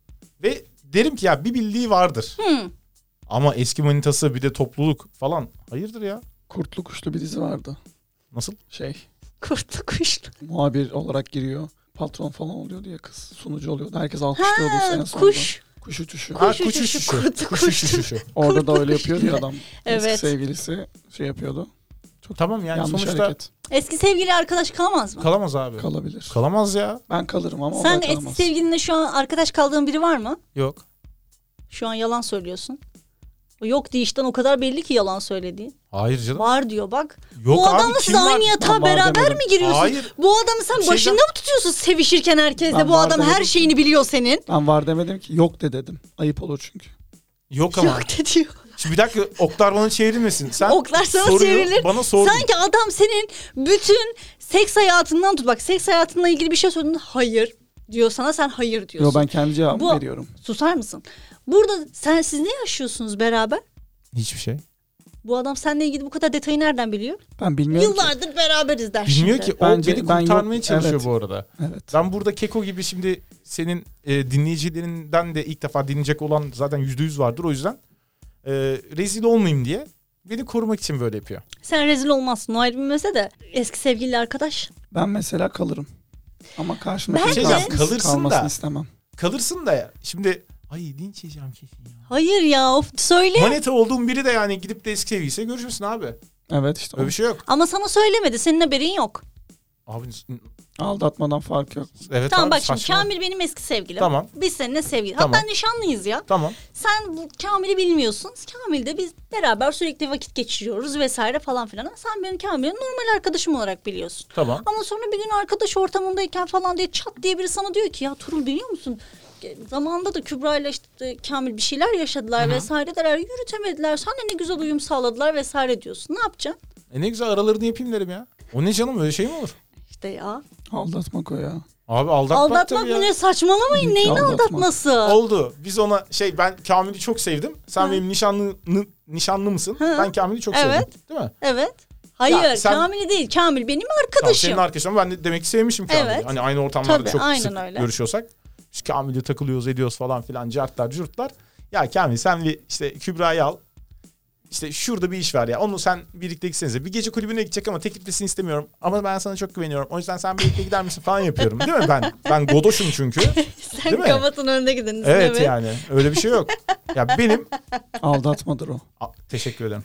ve derim ki ya bir bildiği vardır. Hı. Ama eski manitası bir de topluluk falan. Hayırdır ya? Kurtlu Kuşlu bir dizi vardı. Nasıl? Şey Kurtlu kuşlu. muhabir olarak giriyor. Patron falan oluyordu ya kız. Sunucu oluyordu. Herkes alkışlıyordu Ha, en sonunda. kuş. Kuş uçuşu. Ha, Kuş kuş uçuşu, uçuşu. kurtlu Kuş kuşlu. uçuşu. Orada da Kurtlu öyle yapıyordu ya Kuşlu. adam. Evet. Eski sevgilisi şey yapıyordu. Tamam yani Yanlış sonuçta hareket. Eski sevgili arkadaş kalamaz mı? kalamaz abi. Kalabilir. Kalamaz ya. Ben kalırım ama Sen o da eski kalamaz. sevgilinle şu an arkadaş kaldığın biri var mı? Yok. Şu an yalan söylüyorsun. O yok deyişten o kadar belli ki yalan söylediğin. Hayır canım. Var diyor bak. Yok Bu abi, adamla kim siz var? aynı yatağa Ben var beraber demedim. mi giriyorsun? Hayır. Bu adamı sen Şeyden- başında mı tutuyorsun sevişirken herkesle? Ben Bu var adam her demedim. şeyini biliyor senin. Ben var demedim ki yok de dedim. Ayıp olur çünkü. Yok ama. Yok de diyor. Şimdi bir dakika oklar bana çevrilmesin. Sen Oklar sana soruyu çevrilir. Bana sordun. Sanki adam senin bütün seks hayatından tut. Bak seks hayatınla ilgili bir şey söyledin. Hayır diyor sana, sen hayır diyorsun. Yo ben kendi cevabımı Bu- veriyorum. Susar mısın? Burada sen siz ne yaşıyorsunuz beraber? Hiçbir şey. Bu adam seninle ilgili bu kadar detayı nereden biliyor? Ben bilmiyorum ki. Yıllardır beraberiz der Bilmiyor şimdi. ki o Bence beni ben kurtarmaya yok- çalışıyor evet. bu arada. Evet. Ben burada Keko gibi şimdi senin e, dinleyicilerinden de ilk defa dinleyecek olan zaten yüzde yüz vardır. O yüzden e, rezil olmayayım diye beni korumak için böyle yapıyor. Sen rezil olmazsın o ayrı bir mesele de. Eski sevgili arkadaş. Ben mesela kalırım. Ama karşımdaki Ben de- kalsın, Kalırsın kalmasını da. istemem. Kalırsın da ya. Şimdi ay linç yiyeceğim kesin ya. Hayır ya of söyle. Manita olduğum biri de yani gidip de eski sevgilisiyle görüşürsün abi. Evet işte o. Öyle bir şey yok. Ama sana söylemedi, senin haberin yok. Abi Aldatmadan fark yok. evet Tamam abi, bak şimdi saçma. Kamil benim eski sevgilim. Tamam. Biz seninle sevgili. Tamam. Hatta nişanlıyız ya. Tamam. Sen bu Kamil'i bilmiyorsun. Kamil de biz beraber sürekli vakit geçiriyoruz vesaire falan filan. Sen benim Kamil'i normal arkadaşım olarak biliyorsun. Tamam. Ama sonra bir gün arkadaş ortamındayken falan diye çat diye biri sana diyor ki ya Turul biliyor musun? Zamanında da Kübra ile işte Kamil bir şeyler yaşadılar Hı hı. vesaireler, yürütemediler. Sen de ne güzel uyum sağladılar vesaire diyorsun. Ne yapacaksın? E ne güzel aralarını yapayım derim ya. O ne canım öyle şey mi olur? İşte ya. Aldatmak o ya. Abi aldatmak Aldatmak tabii ya. mı ne, saçmalamayın, Hiç neyin aldatmak. aldatması? Oldu. Biz ona şey ben Kamil'i çok sevdim. Sen Ha. benim nişanlı nişanlı mısın? Ha. Ben Kamil'i çok Evet. sevdim. Değil mi? Evet. Hayır, Ya sen- Kamil'i değil. Kamil benim Tamam, arkadaşım. senin arkadaşın ama ben de demek ki sevmişim Kamil'i. Evet. Hani aynı ortamlarda Tabii, çok aynen sık öyle. görüşüyorsak. Biz Kamil'le takılıyoruz ediyoruz falan filan cartlar curtlar. Ya Kamil sen bir işte Kübra'yı al. İşte şurada bir iş var ya. Onu sen birlikte gitsenize. Bir gece kulübüne gidecek ama tekliflisini istemiyorum. Ama ben sana çok güveniyorum. O yüzden sen birlikte gider misin falan yapıyorum. Değil mi ben? Ben godoşum çünkü. Sen değil mi? kafatın önünde gidiniz. Evet yani. Öyle bir şey yok. Ya benim... Aldatmadır o. Aa, teşekkür ederim.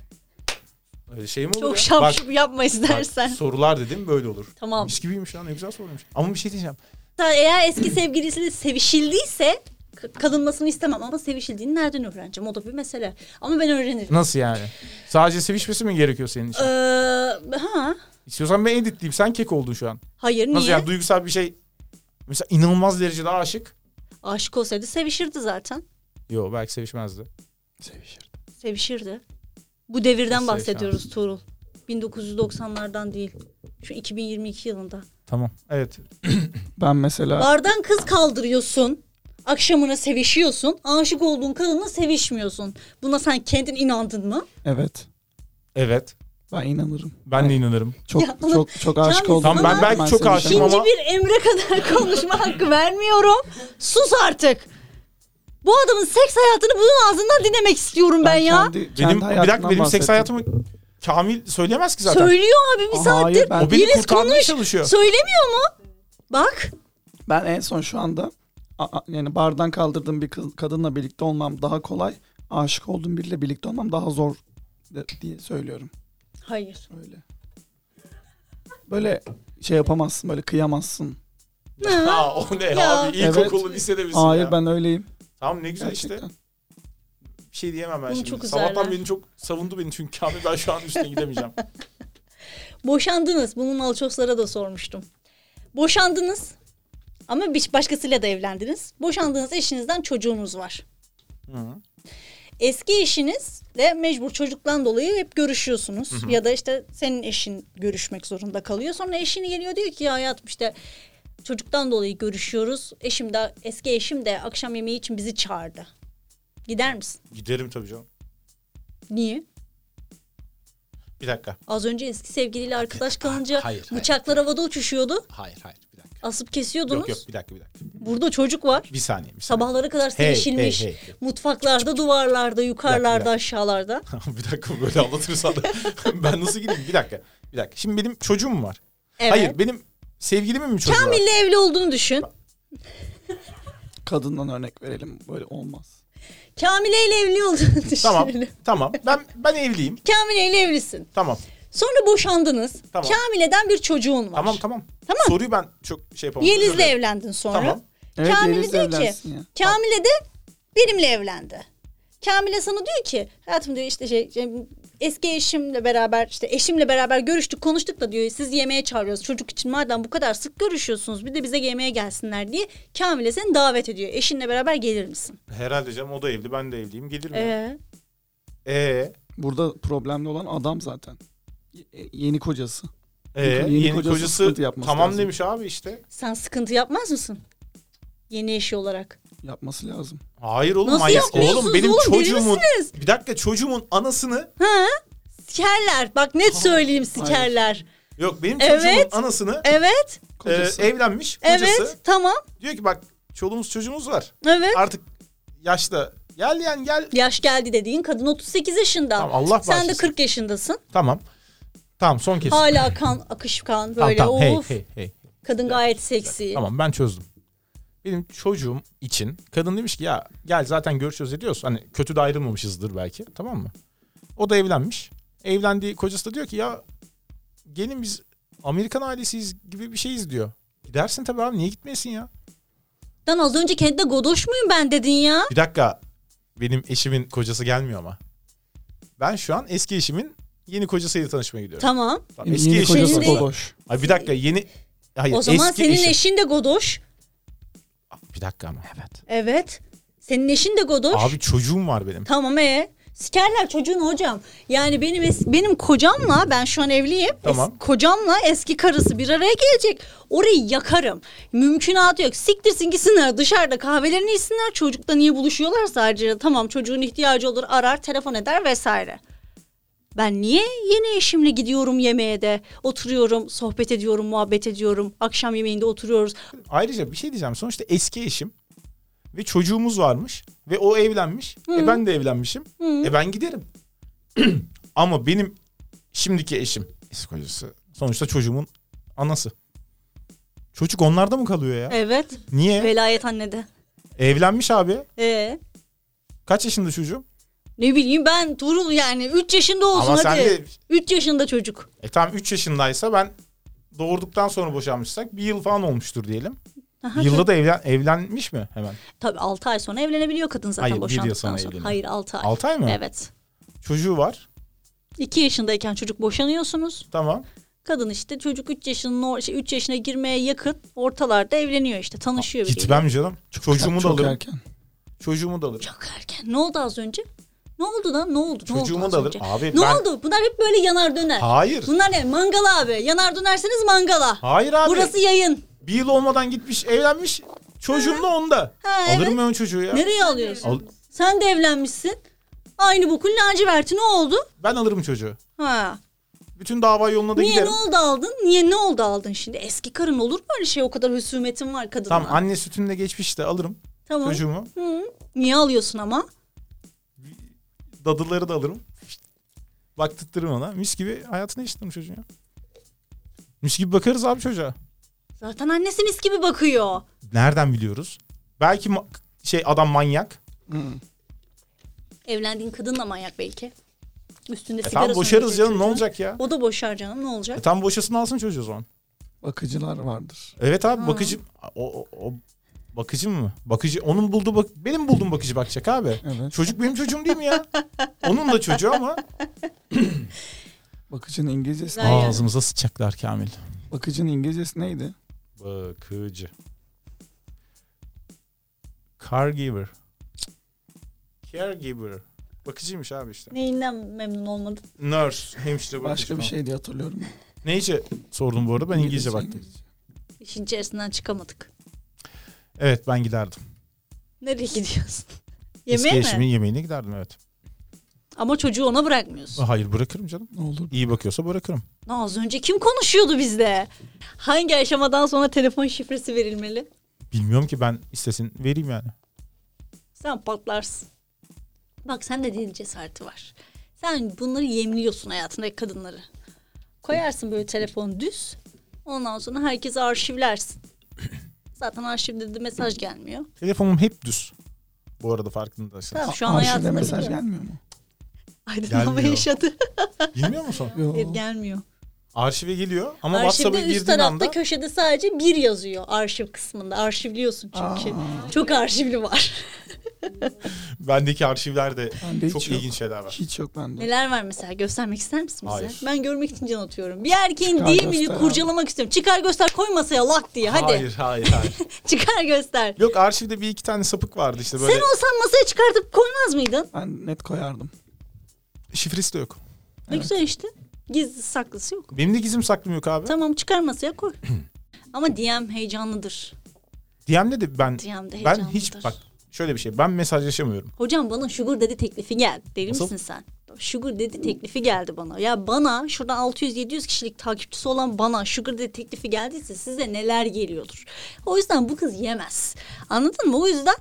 Öyle şey mi olur Çok ya? şap Bak, şup yapma istersen. bak, sorular dedim böyle olur. Tamam. Mis gibiymiş ya ne güzel soruymuş. Ama bir şey diyeceğim. Eğer eski sevgilisiyle sevişildiyse k- kalınmasını istemem ama sevişildiğini nereden öğreneceğim? O da bir mesele. Ama ben öğrenirim. Nasıl yani? Sadece sevişmesi mi gerekiyor senin için? Ee, ha. İstiyorsan ben editleyeyim. Sen kek oldun şu an. Hayır Nasıl niye? yani duygusal bir şey? Mesela inanılmaz derecede aşık. Aşık olsaydı sevişirdi zaten. Yo belki sevişmezdi. Sevişir. Sevişirdi. Bu devirden Nasıl bahsediyoruz Tuğrul. bin dokuz yüz doksanlardan değil. Şu iki bin yirmi iki yılında. Tamam. Evet. Ben mesela Bardan kız kaldırıyorsun. Akşamına sevişiyorsun. Aşık olduğun kadınla sevişmiyorsun. Buna sen kendin inandın mı? evet Evet. ben inanırım. Ben de inanırım. Çok Ya oğlum, çok çok aşık Kamil, oldum. Tamam, ben belki çok aşığım sevişemem. ama- İkinci bir Emre kadar konuşma hakkı vermiyorum. Sus artık. Bu adamın seks hayatını bunun ağzından dinlemek istiyorum ben, ya. Kendi, kendi Benim bir dakika hayatımdan benim seks bahsettim. hayatımı Kamil söyleyemez ki zaten. Söylüyor abi bir Hayır, saattir. ben- O beni Yeliz kurtarmaya konuş. çalışıyor. Söylemiyor mu? Bak. Ben en son şu anda a- a- yani bardan kaldırdığım bir kız, kadınla birlikte olmam daha kolay. Aşık olduğum biriyle birlikte olmam daha zor de- diye söylüyorum. Hayır. Öyle. Böyle şey yapamazsın, böyle kıyamazsın. Ha o ne Ya. abi? İlkokulu lisede misin Hayır ya? ben öyleyim. Tamam ne güzel işte. Gerçekten. Bir şey diyemem ben Bunu şimdi. çok Sabahtan üzerler. beni çok savundu beni çünkü Kamil ben şu an üstüne gidemeyeceğim. Boşandınız. Bunun alçoslara da sormuştum. Boşandınız. Ama bir başkasıyla da evlendiniz. Boşandığınız eşinizden çocuğunuz var. Hı. eski eşinizle mecbur çocuktan dolayı hep görüşüyorsunuz. Hı hı. Ya da işte senin eşin görüşmek zorunda kalıyor. Sonra eşini geliyor diyor ki ya hayatım işte çocuktan dolayı görüşüyoruz. Eşim de eski eşim de akşam yemeği için bizi çağırdı. Gider misin? Giderim tabii canım. Niye? Bir dakika. Az önce eski sevgiliyle arkadaş kalınca hayır, hayır, bıçaklar hayır. havada uçuşuyordu. Hayır hayır bir dakika. Asıp kesiyordunuz. Yok yok bir dakika bir dakika. Burada çocuk var. Bir saniye. Bir saniye. Sabahlara kadar Hey, sevişilmiş. hey, hey. Mutfaklarda, duvarlarda, yukarılarda, dakika. aşağılarda. Bir dakika böyle anlatırsan da ben nasıl gideyim? Bir dakika. Bir dakika. Şimdi benim çocuğum mu var? Evet. Hayır benim sevgilimin mi çocuğu var? Kamil'le evli olduğunu düşün. Kadından örnek verelim. Böyle olmaz. Kamile ile evli olduğunu düşünelim. Tamam. Tamam. Ben ben evliyim. Kamile ile evlisin. Tamam. Sonra boşandınız. Tamam. Kamile'den bir çocuğun var. Tamam tamam. Tamam. Soruyu ben çok şey yapamadım. Yeliz'le Özür dilerim. evlendin sonra. Tamam. Evet, Kamile Yeliz'le diyor ki, evlensin ya. Kamile de benimle evlendi. Kamile sana diyor ki, hayatım diyor işte şey, şey, eski eşimle beraber işte eşimle beraber görüştük konuştuk da diyor siz yemeğe çağırıyoruz çocuk için madem bu kadar sık görüşüyorsunuz bir de bize yemeğe gelsinler diye Kamile seni davet ediyor. Eşinle beraber gelir misin? Herhalde canım o da evli ben de evliyim. Gelir mi? Ee, Ee, Burada problemli olan adam zaten. Y- yeni kocası. ee, Yeni yeni, kocası kocası sıkıntı yapması tamam lazım. demiş abi işte. sen sıkıntı yapmaz mısın? Yeni eşi olarak. Yapması lazım. Hayır oğlum Nasıl manyak. yapmıyorsunuz Oğlum benim oğlum, deli çocuğumun misiniz? bir dakika çocuğumun anasını Ha? Sikerler. Bak net söyleyeyim sikerler. yok benim Evet. çocuğumun anasını Evet. e, Kocası. evlenmiş kocası Evet. Tamam. diyor ki bak çoluğumuz çocuğumuz var. Evet. Artık yaşta gel yani gel. Yaş geldi dediğin kadın otuz sekiz yaşında. Tamam, Allah Sen de bağışlasın. kırk yaşındasın. Tamam. Tamam son kez. Hala kan akışkan Tamam, böyle tamam. Hey, of. hey, hey. Kadın gayet seksi. Tamam ben çözdüm. Benim çocuğum için kadın demiş ki ya gel zaten görüşüyoruz ediyoruz. Hani kötü de ayrılmamışızdır belki tamam mı? O da evlenmiş. Evlendiği kocası da diyor ki ya gelin biz Amerikan ailesiyiz gibi bir şeyiz diyor. Gidersin tabii abi niye gitmeyesin ya? Lan az önce kendine godoş muyum ben dedin ya? Bir dakika benim eşimin kocası gelmiyor ama. Ben şu an eski eşimin yeni kocasıyla tanışmaya gidiyorum. Tamam. Tamam, Yeni, eski yeni eşim. kocası Şimdi- Godoş. Ay bir dakika yeni... Hayır, O zaman eski senin eşim. eşin de godoş. Bir dakika ama. Evet. Evet. Senin eşin de godoş. Abi çocuğum var benim. Tamam e. Sikerler çocuğun hocam. Yani benim es- benim kocamla ben şu an evliyim. Tamam. Es- kocamla eski karısı bir araya gelecek. Orayı yakarım. Mümkünatı yok. Siktirsin gitsinler dışarıda kahvelerini içsinler. Çocukla niye buluşuyorlar sadece? Tamam çocuğun ihtiyacı olur arar telefon eder vesaire. Ben niye yeni eşimle gidiyorum yemeğe de oturuyorum sohbet ediyorum muhabbet ediyorum. Akşam yemeğinde oturuyoruz. Ayrıca bir şey diyeceğim. Sonuçta eski eşim ve çocuğumuz varmış ve o evlenmiş. E ben de evlenmişim. Hı. E ben giderim. Ama benim şimdiki eşim eski kocası sonuçta çocuğumun anası. Çocuk onlarda mı kalıyor ya? Evet. Niye? Velayet annede. Evlenmiş abi. Ee, Kaç yaşında çocuğum? ne bileyim ben Tuğrul yani üç yaşında olsun Ama hadi. sen de üç yaşında çocuk. e tamam üç yaşındaysa ben doğurduktan sonra boşanmışsak bir yıl falan olmuştur diyelim. Aha, Yılda da evlen, evlenmiş mi hemen? Tabii altı ay sonra evlenebiliyor kadın zaten Hayır, bir yıl boşandıktan sonra sonra. evleniyor. Hayır altı ay. altı ay mı? Evet. Çocuğu var. iki yaşındayken çocuk boşanıyorsunuz. Tamam. Kadın işte çocuk üç yaşının o- şey, üç yaşına girmeye yakın ortalarda evleniyor işte tanışıyor biriyle. Gitmem canım. Çocuğumu da Çok alırım. erken. Çocuğumu da alırım. Çok erken. Ne oldu az önce? Ne oldu lan? Ne oldu? Ne oldu Çocuğumu az da alırım. önce? Abi Ne ben... oldu? Bunlar hep böyle yanar döner. Hayır. Bunlar ne? Mangal abi. Yanar dönerseniz mangala. Hayır abi. Burası yayın. Bir yıl olmadan gitmiş evlenmiş. Çocuğum da onda. Ha, Alırım evet. ben o çocuğu ya. Nereye alıyorsun? Al- Sen de evlenmişsin. Aynı bokun laciverti ne oldu? Ben alırım çocuğu. Ha. Bütün dava yoluna da Niye giderim. ne oldu aldın? Niye ne oldu aldın şimdi? Eski karın olur mu öyle şey? O kadar husumetin var kadınla. Tamam anne sütünde geçmiş de alırım Tamam. çocuğumu. Hı. Niye alıyorsun ama? Dadıları da alırım. Baktırtırım ona. Mis gibi hayatını yaşatırım çocuğun ya. Mis gibi bakarız abi çocuğa. Zaten annesi mis gibi bakıyor. Nereden biliyoruz? Belki ma- şey adam manyak. Hı. Evlendiğin kadın da manyak belki. Üstünde E sigara tamam boşarız söndürecek canım ne çocuğun. olacak ya? O da boşar canım ne E olacak? tam boşasını alsın çocuğu o zaman. Bakıcılar vardır. Evet abi bakıcı o, o, o bakıcı mı? Bakıcı onun bulduğu bak benim bulduğum bakıcı bakacak abi. Evet. Çocuk benim çocuğum değil mi ya? Onun da çocuğu ama Bakıcının İngilizcesi. Güzel ya. ağzımıza sıçacaklar Kamil. Bakıcının İngilizcesi neydi? Bakıcı. Caregiver. Caregiver. Bakıcıymış abi işte. Neyinden memnun olmadın? Nurse, hemşire bakıcı. Başka bir falan. şey diye hatırlıyorum. Ne işe sordum bu arada? Ben İngilizce baktım. İngilizce. İşin içerisinden çıkamadık. Evet ben giderdim. Nereye gidiyorsun? Eski Yemeğe eşimin mi? yemeğine giderdim evet. Ama çocuğu ona bırakmıyorsun. Hayır bırakırım canım. Ne olur. İyi bakıyorsa bırakırım. Az önce kim konuşuyordu bizle? Hangi aşamadan sonra telefon şifresi verilmeli? Bilmiyorum ki ben istesin vereyim yani. Sen patlarsın. Bak sende değil cesareti var. Sen bunları yemliyorsun hayatındaki kadınları. Koyarsın böyle telefon düz. Ondan sonra herkese arşivlersin. Zaten arşivde de mesaj gelmiyor. Telefonum hep düz. Bu arada farkındaysanız. Tamam şu an Arşivde hayatında mesaj biliyorum. gelmiyor mu? Aydınlanma Gelmiyor. yaşadı. Bilmiyor musun? Yok. Hayır, gelmiyor. Arşive geliyor ama WhatsApp'a Arşivde üst girdiğin tarafta anda köşede sadece bir yazıyor arşiv kısmında. Arşivliyorsun çünkü. Aa. Çok arşivli var. bendeki arşivlerde Bende hiç çok yok. ilginç şeyler var. Hiç yok bende. Neler var mesela? Göstermek ister misin bize? Hayır. Ben görmek için can atıyorum. Bir erkeğin Çıkar değil mini göster abi. kurcalamak istiyorum. Çıkar göster, koy masaya lak diye. Hadi. Hayır hayır hayır. Çıkar göster. Yok arşivde bir iki tane sapık vardı işte böyle. Sen olsan masaya çıkartıp koymaz mıydın? Ben net koyardım. Şifresi de yok. Ne Evet. güzel işte. Gizli saklısı yok. Benim de gizim saklım yok abi. Tamam çıkar masaya koy. Ama D M heyecanlıdır. D M'de de ben D M'de ben heyecanlıdır. hiç bak şöyle bir şey. Ben mesajlaşamıyorum. Hocam bana sugar dedi teklifi geldi. Deli Nasıl? misin sen? Sugar dedi teklifi geldi bana. Ya bana şuradan altı yüz yedi yüz kişilik takipçisi olan bana sugar dedi teklifi geldiyse size neler geliyordur. O yüzden bu kız yemez. Anladın mı? O yüzden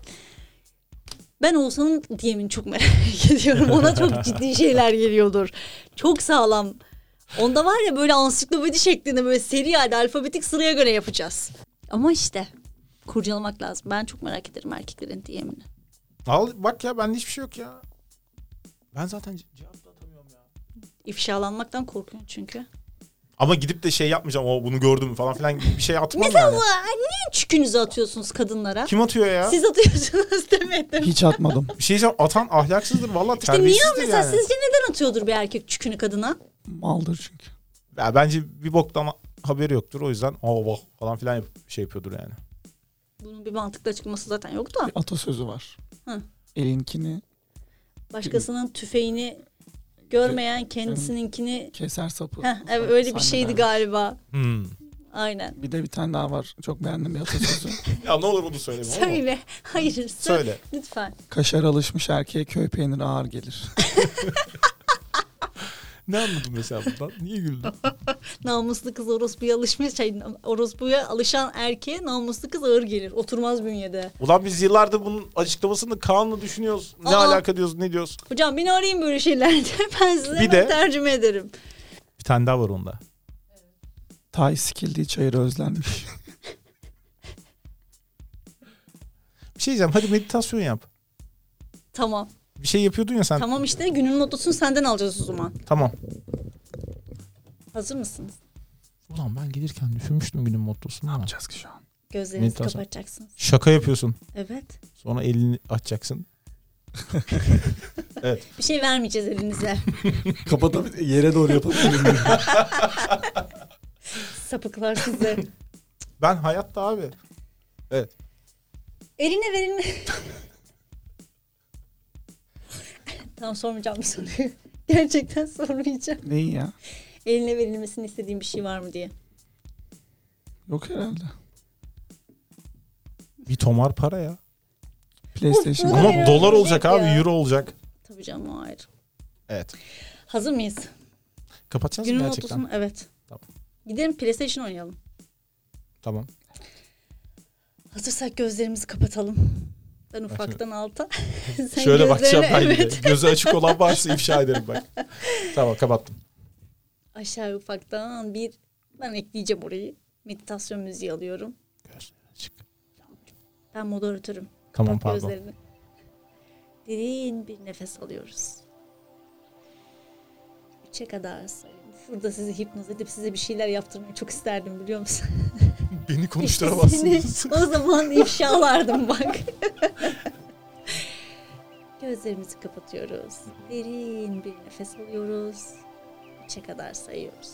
ben Oğuzhan'ın D M'ini çok merak ediyorum. Ona çok ciddi şeyler geliyordur. Çok sağlam. Onda var ya böyle ansiklopedi şeklinde böyle seri halde alfabetik sıraya göre yapacağız. Ama işte kurcalamak lazım. Ben çok merak ederim erkeklerin D M'ini. Al bak ya bende hiçbir şey yok ya. Ben zaten ce- cevap da atamıyorum ya. İfşalanmaktan korkuyorum çünkü. Ama gidip de şey yapmayacağım. O bunu gördüm falan filan gibi bir şey atmam Mesela yani. bu niye çükünüzü atıyorsunuz kadınlara? Kim atıyor ya? Siz atıyorsunuz demedim. Hiç atmadım. Bir şey diyeceğim. Atan ahlaksızdır. Vallahi İşte niye terbiyesizdir mesela yani. sizce neden atıyordur bir erkek çükünü kadına? Maldır çünkü. Ya bence bir boktan haberi yoktur. O yüzden aa vah falan filan yap- şey yapıyordur yani. Bunun bir mantıklı açıklaması zaten yok da. Bir atasözü var. Hı. Elinkini Başkasının tüfeğini görmeyen kendisininkini... keser sapı. Heh, evet, öyle bir şeydi Zannedermiş. galiba. Hmm. Aynen. Bir de bir tane daha var. Çok beğendim bir atasözü. Ya ne olur bunu söyleme. olur mu? Söyle. Hayır. Söyle. Söyle. Lütfen. Kaşar alışmış erkeğe köy peyniri ağır gelir. Ne anladın mesela bundan? Niye güldün? Namuslu kız orospuya alışmış. Şey, orospuya alışan erkeğe namuslu kız ağır gelir. Oturmaz bünyede. Ulan biz yıllardır bunun açıklamasını Kaan'la düşünüyoruz. Ne Aa. alaka diyoruz, ne diyoruz? Hocam beni arayın böyle şeylerde. Ben size Bir hemen de- tercüme ederim. Bir tane daha var onda. Tay sikildiği çayırı özlenmiş. Bir şey diyeceğim. Hadi meditasyon yap. Tamam. Bir şey yapıyordun ya sen. Tamam işte günün motosunu senden alacağız o zaman. Tamam. Hazır mısınız? Ulan ben gelirken düşünmüştüm günün mottosunu. Ne ama. yapacağız ki şu an? Gözlerinizi Meditasyon. kapatacaksınız. Şaka yapıyorsun. Evet. Sonra elini açacaksın. Bir şey vermeyeceğiz elinize. Kapatıp yere doğru yapabilirim. Sapıklar size. Ben hayatta abi. Eline verilme. Tamam sormayacağım bu soruyu. Gerçekten sormayacağım. Neyi ya? Eline verilmesini istediğin bir şey var mı diye. Yok herhalde. Bir tomar para ya. PlayStation. Ama Ama ya, dolar olacak olacak abi, ya. euro olacak. Tabii canım o ayrı. Evet. Hazır mıyız? Kapatacağız mı Günün gerçekten? motosunu evet. Tamam. Gidelim PlayStation oynayalım. Tamam. Hazırsak gözlerimizi kapatalım. Ben ufaktan alta. Sen Şöyle bakacağım ben gözlerine- yine. evet. Gözü açık olan varsa ifşa ederim bak. Tamam kapattım. Aşağı ufaktan bir ben ekleyeceğim orayı. Meditasyon müziği alıyorum. Gözleri açık. Ben moderatörüm. Tamam Kapat pardon. gözlerini. Derin bir nefes alıyoruz. Üçe kadar sayın. Şurada sizi hipnoz edip size bir şeyler yaptırmayı çok isterdim biliyor musun? Beni konuşturamazsınız. Seni o zaman ifşalardım bak. Gözlerimizi kapatıyoruz. Derin bir nefes alıyoruz. Üçe kadar sayıyoruz.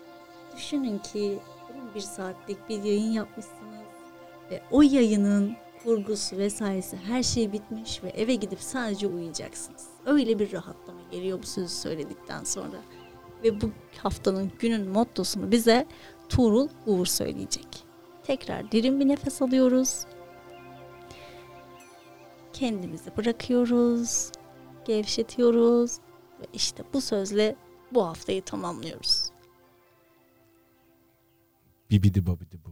Düşünün ki on bir saatlik bir yayın yapmışsınız ve o yayının kurgusu vesairesi her şey bitmiş ve eve gidip sadece uyuyacaksınız. Öyle bir rahatlama geliyor bu sözü söyledikten sonra. Ve bu haftanın günün mottosunu bize Tuğrul Uğur söyleyecek. Tekrar derin bir nefes alıyoruz. Kendimizi bırakıyoruz. Gevşetiyoruz. Ve işte bu sözle bu haftayı tamamlıyoruz. Bibidi babidi bu.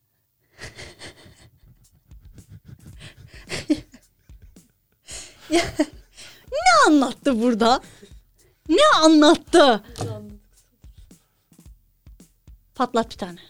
Ya, ne anlattı burada? Ne anlattı? Patlat bir tane.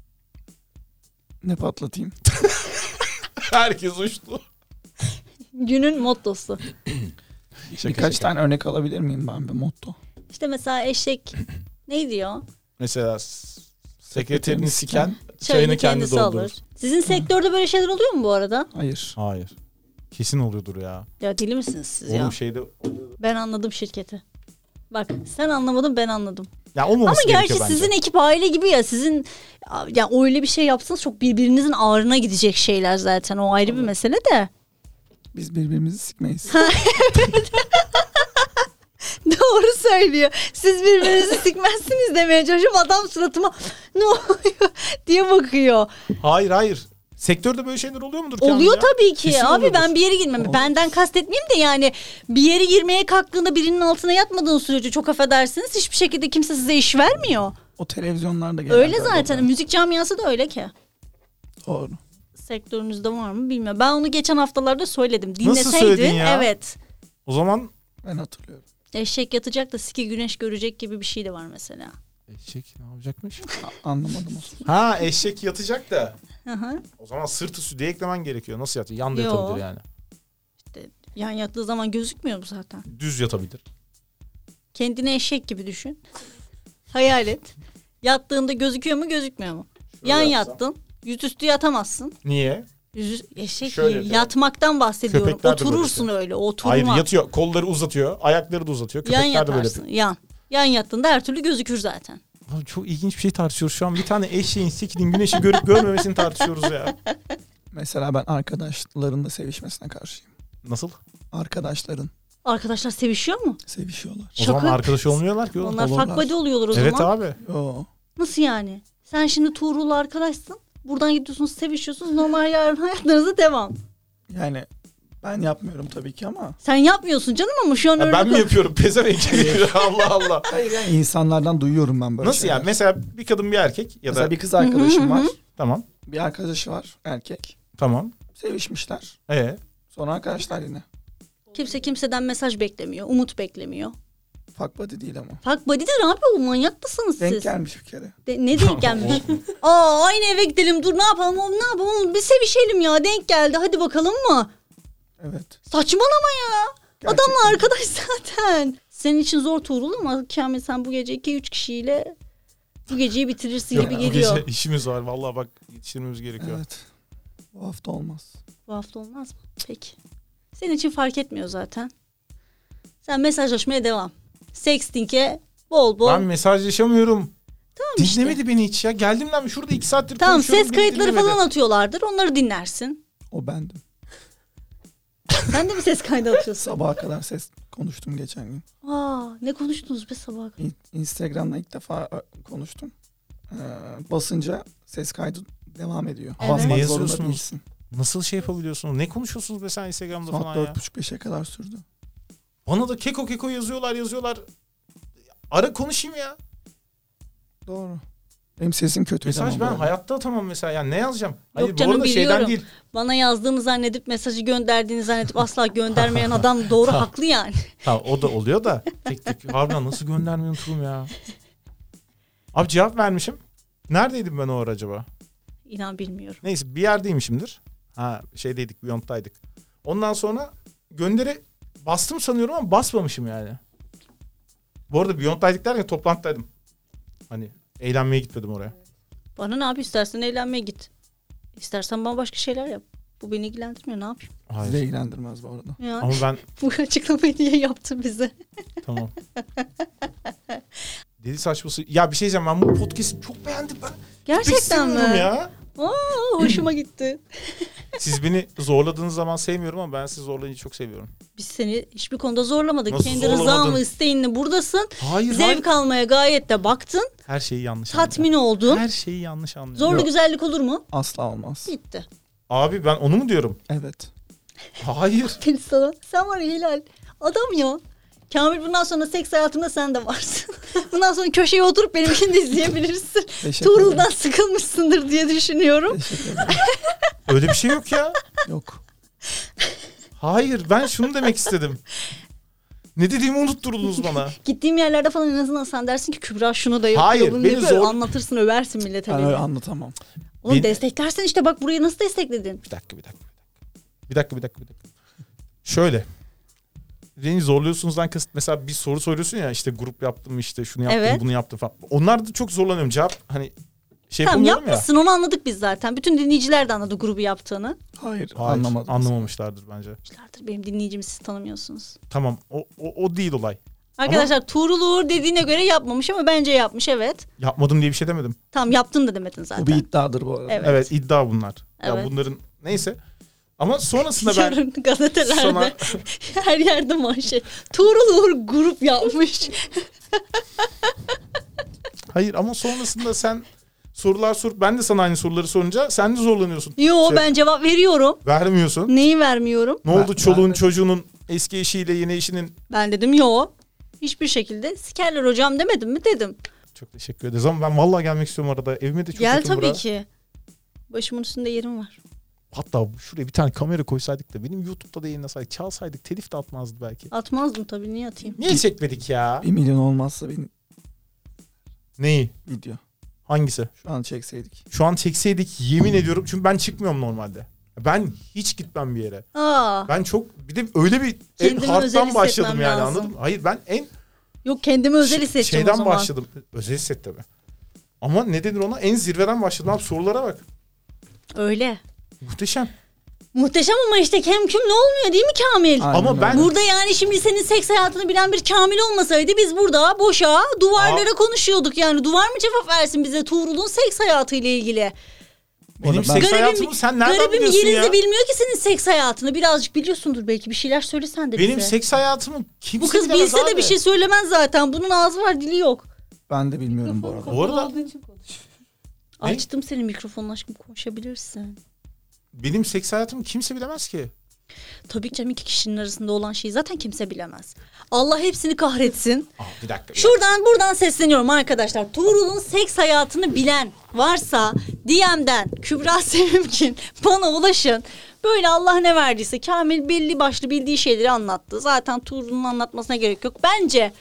Ne patlatayım? Herkes uçtu. Günün mottosu. Birkaç tane örnek alabilir miyim ben bir motto? İşte mesela eşek ne diyor? Mesela s- sekreterini siken çayını, Çayını kendi kendisi doldurur. alır. Sizin sektörde böyle şeyler oluyor mu bu arada? Hayır. Hayır. Kesin oluyordur ya. Ya deli misiniz siz ya? Oğlum şeyde Ben anladım şirketi. Bak sen anlamadın ben anladım. ya olmaması Ama gerçi gerekiyor bence. sizin ekip aile gibi ya sizin ya öyle bir şey yapsanız çok birbirinizin ağrına gidecek şeyler zaten o ayrı bir mesele de. Biz birbirimizi sikmeyiz. Doğru söylüyor. Siz birbirinizi sikmezsiniz demeye çalışıyorum. Adam suratıma ne oluyor diye bakıyor. Hayır hayır. Sektörde böyle şeyler oluyor mudur Kamil Oluyor ya? tabii ki. Kesin Abi oluyordur. ben bir yere girmem. Olur. Benden kastetmeyeyim de yani bir yere girmeye kalktığında birinin altına yatmadığın sürece çok affedersiniz hiçbir şekilde kimse size iş vermiyor. O televizyonlarda genelde Öyle zaten. oluyor. Müzik camiası da öyle ki. Doğru. Sektörünüzde var mı bilmiyorum. Ben onu geçen haftalarda söyledim. Nasıl Dinleseydin söyledin ya? evet. O zaman Ben hatırlıyorum. Eşek yatacak da siki güneş görecek gibi bir şey de var mesela. eşek ne yapacakmış? A- anlamadım o. Ha eşek yatacak da. Hı hı. O zaman sırtı südye eklemen gerekiyor. Nasıl yatacak? Yan da Yo. yatabilir yani. İşte yan yattığı zaman gözükmüyor mu zaten? Düz yatabilir. Kendini eşek gibi düşün. Hayal et. Yattığında gözüküyor mu gözükmüyor mu? Şöyle Yan yapsam. yattın. Yüzüstü yatamazsın. Niye? Yüzü, eşek Şöyle değil, yapıyorum. yatmaktan bahsediyorum. Köpekler de böyle Oturursun öyle. Oturma. Hayır yatıyor. Kolları uzatıyor. Ayakları da uzatıyor. Yan Köpekler de böyle yatarsın. yapıyor. Yan. Yan yattığında her türlü gözükür zaten. Abi çok ilginç bir şey tartışıyoruz şu an. Bir tane eşeğin sikinin güneşi görüp görmemesini tartışıyoruz ya. Mesela ben arkadaşlarınla sevişmesine karşıyım. Nasıl? Arkadaşların Arkadaşlar sevişiyor mu? sevişiyorlar. O zaman Şaka. arkadaş olmuyorlar ki oğlum. Onlar olurlar. fuck buddy oluyorlar o Evet zaman. abi. Yo. Nasıl yani? Sen şimdi Tuğrul'la arkadaşsın. Buradan gidiyorsunuz sevişiyorsunuz. Normal yarın hayatlarınıza devam. Yani ben yapmıyorum tabii ki ama. Sen yapmıyorsun canım ama şu an Ya öyle ben mi kal- yapıyorum? Pezevenk. Allah Allah. Hayır yani insanlardan duyuyorum ben böyle Nasıl şeyler. yani? Mesela bir kadın bir erkek ya Mesela da bir kız arkadaşım var. tamam. Bir arkadaşı var erkek. Tamam. Sevişmişler. Ee, Sonra arkadaşlar yine. Kimse kimseden mesaj beklemiyor. Umut beklemiyor. Fuck buddy değil ama. Fuck buddy'dir abi o manyak mısınız Denk siz? gelmiş bir kere. De- ne denk gelmiş? Aa aynı eve gidelim dur ne yapalım oğlum ne yapalım oğlum, bir sevişelim ya denk geldi hadi bakalım mı? Evet. Saçmalama ya. Gerçekten. Adamla arkadaş zaten. Senin için zor Tuğrul ama Kamil sen bu gece iki üç kişiyle bu geceyi bitirirsin yok, gibi bu geliyor. gece işimiz var. Vallahi bak yetiştirmemiz gerekiyor. Evet. Bu hafta olmaz. Bu hafta olmaz mı? Peki. Senin için fark etmiyor zaten. Sen mesajlaşmaya devam. Sexting'e bol bol. Ben mesajlaşamıyorum. Tamam Dinlemedi işte. beni hiç ya. Geldim lan şurada iki saattir Tamam konuşuyorum. ses beni kayıtları dinlemedi. falan atıyorlardır. Onları dinlersin. O bendim. Sen de mi ses kaydı atıyorsun? Sabaha kadar ses konuştum geçen gün. Aa, ne konuştunuz be sabah? İn- Instagram'da ilk defa ö, konuştum. Ee, basınca ses kaydı devam ediyor. Evet. Basmak Ne zorunda yazıyorsunuz? değilsin. Nasıl şey yapabiliyorsunuz? Ne konuşuyorsunuz be sen Instagram'da Saat falan ya? dört buçuk beşe kadar sürdü. Bana da keko keko yazıyorlar yazıyorlar. Ara konuşayım ya. Doğru. Benim sesim kötü. Mesaj ben hayatta atamam mesela. Yani ne yazacağım? Hayır bu canım, arada şeyden biliyorum. değil. Bana yazdığını zannedip mesajı gönderdiğini zannedip asla göndermeyen adam doğru haklı yani. Tamam o da oluyor da. Tek tek harbiden nasıl göndermeyi unuturum ya. Abi cevap vermişim. Neredeydim ben o ara acaba? İnan bilmiyorum. Neyse bir yerdeymişimdir. Ha şeydeydik Beyond'daydık. Ondan sonra gönderi bastım sanıyorum ama basmamışım yani. Bu arada Beyond'daydık derken toplantıdaydım. Hani eğlenmeye gitmedim oraya. Bana ne yapayım istersen eğlenmeye git. İstersen bana başka şeyler yap. Bu beni ilgilendirmiyor ne yapayım? Hayır. Sizi ilgilendirmez bu arada. Ya, Ama ben bu açıklamayı niye yaptı bize? tamam. Deli saçması. Ya bir şey diyeceğim ben bu podcast'i çok beğendim ben. Pek Gerçekten seviyorum mi? ya. Aa, hoşuma gitti. Siz beni zorladığınız zaman sevmiyorum ama ben sizi zorlayınca çok seviyorum. Biz seni hiçbir konuda zorlamadık. Nasıl Kendi zorlamadın? rızanla isteğinle buradasın. Hayır Zevk almaya gayet de baktın. Her şeyi yanlış Tatmin anlıyorum. oldun. Her şeyi yanlış anlıyorum. Zorlu Yok. güzellik olur mu? Asla olmaz. Bitti. Abi ben onu mu diyorum? Evet. Hayır. Ben sana. Sen var ya Hilal. Adam ya. Kamil bundan sonra seks hayatımda sen de varsın. Bundan sonra köşeye oturup benimkini de izleyebilirsin. Teşekkür Tuğrul'dan ederim. sıkılmışsındır diye düşünüyorum. Teşekkür ederim. Öyle bir şey yok ya. Yok. Hayır ben şunu demek istedim. Ne dediğimi unutturdunuz bana. Gittiğim yerlerde falan en azından sen dersin ki Kübra şunu da yapıyor. Hayır, bunu beni yapıyor. zor- Anlatırsın, översin millete. Ben beni. öyle anlatamam. Oğlum Beni- desteklersen işte bak burayı nasıl destekledin? Bir dakika bir dakika. Bir dakika bir dakika bir dakika. Şöyle. Beni zorluyorsunuzdan kasıt mesela bir soru soruyorsun ya işte grup yaptım işte şunu yaptım Evet. bunu yaptım falan. Onlar da çok zorlanıyorum cevap hani şey Tamam yapamıyorum ya. yapmışsın onu anladık biz zaten. Bütün dinleyiciler de anladı grubu yaptığını. Hayır, Hayır, anlamadım. anlamamışlardır bence. İşlerdir benim dinleyicimi siz tanımıyorsunuz. Tamam o, o, o değil olay. Arkadaşlar Tuğrul Uğur dediğine göre yapmamış ama bence yapmış evet. Yapmadım diye bir şey demedim. Tamam yaptın da demedin zaten. Bu bir iddiadır bu arada. Evet. Evet, iddia bunlar. Ya Evet. bunların neyse. Ama sonrasında ben Yarın gazetelerde sana her yerde manşet. Tuğrul Uğur grup yapmış. hayır ama sonrasında sen sorular sor ben de sana aynı soruları sorunca sen de zorlanıyorsun. Yo Şey- ben cevap veriyorum. Vermiyorsun. Neyi vermiyorum? Ne oldu Ben- çoluğun ben- çocuğunun eski eşiyle yeni eşinin. Ben dedim yo. Hiçbir şekilde sikerler hocam demedim mi dedim. Çok teşekkür ederiz ama ben vallahi gelmek istiyorum arada. Evime de çok Gel yakın tabii bura. ki. Başımın üstünde yerim var. Hatta şuraya bir tane kamera koysaydık da benim YouTube'da da yayınlasaydık çalsaydık telif de atmazdı belki. Atmazdım tabii niye atayım? Niye çekmedik ya? Bir milyon olmazsa benim Neyi? video. Hangisi? Şu an çekseydik. Şu an çekseydik yemin ediyorum çünkü ben çıkmıyorum normalde. Ben hiç gitmem bir yere. Aa, Ben çok bir de öyle bir en Kendimi özel hard'dan başladım hissetmem yani lazım. anladın mı? Hayır ben en yok kendimi özel Ş- hissedeceğim şeyden o zaman. başladım. Özel hisset tabii. Ama ne denir ona? En zirveden başladım. Abi sorulara bak. Öyle. Muhteşem. Muhteşem ama işte kemküm ne olmuyor değil mi Kamil? Aynen Ama öyle. ben- Burada yani şimdi senin seks hayatını bilen bir Kamil olmasaydı biz burada boşa duvarlara konuşuyorduk. Yani duvar mı cevap versin bize Tuğrul'un seks hayatıyla ilgili? Benim Orada seks ben- hayatımı sen nereden Garibim biliyorsun Yeliz ya? de bilmiyor ki senin seks hayatını. Birazcık biliyorsundur belki bir şeyler söylesen de Benim bize. seks hayatımı kimse Bu kız bilemez bilse de abi. bir şey söylemez zaten. Bunun ağzı var dili yok. Ben de bilmiyorum bu arada. Bu arada Ne? Açtım senin mikrofonunu aşkım konuşabilirsin. benim seks hayatımı kimse bilemez ki. Tabii ki canım iki kişinin arasında olan şeyi zaten kimse bilemez. Allah hepsini kahretsin. Aa, bir dakika. Bir Şuradan buradan sesleniyorum arkadaşlar. Tuğrul'un seks hayatını bilen varsa D M'den Kübra Sevimkin bana ulaşın. Böyle Allah ne verdiyse Kamil belli başlı bildiği şeyleri anlattı. Zaten Tuğrul'un anlatmasına gerek yok. Bence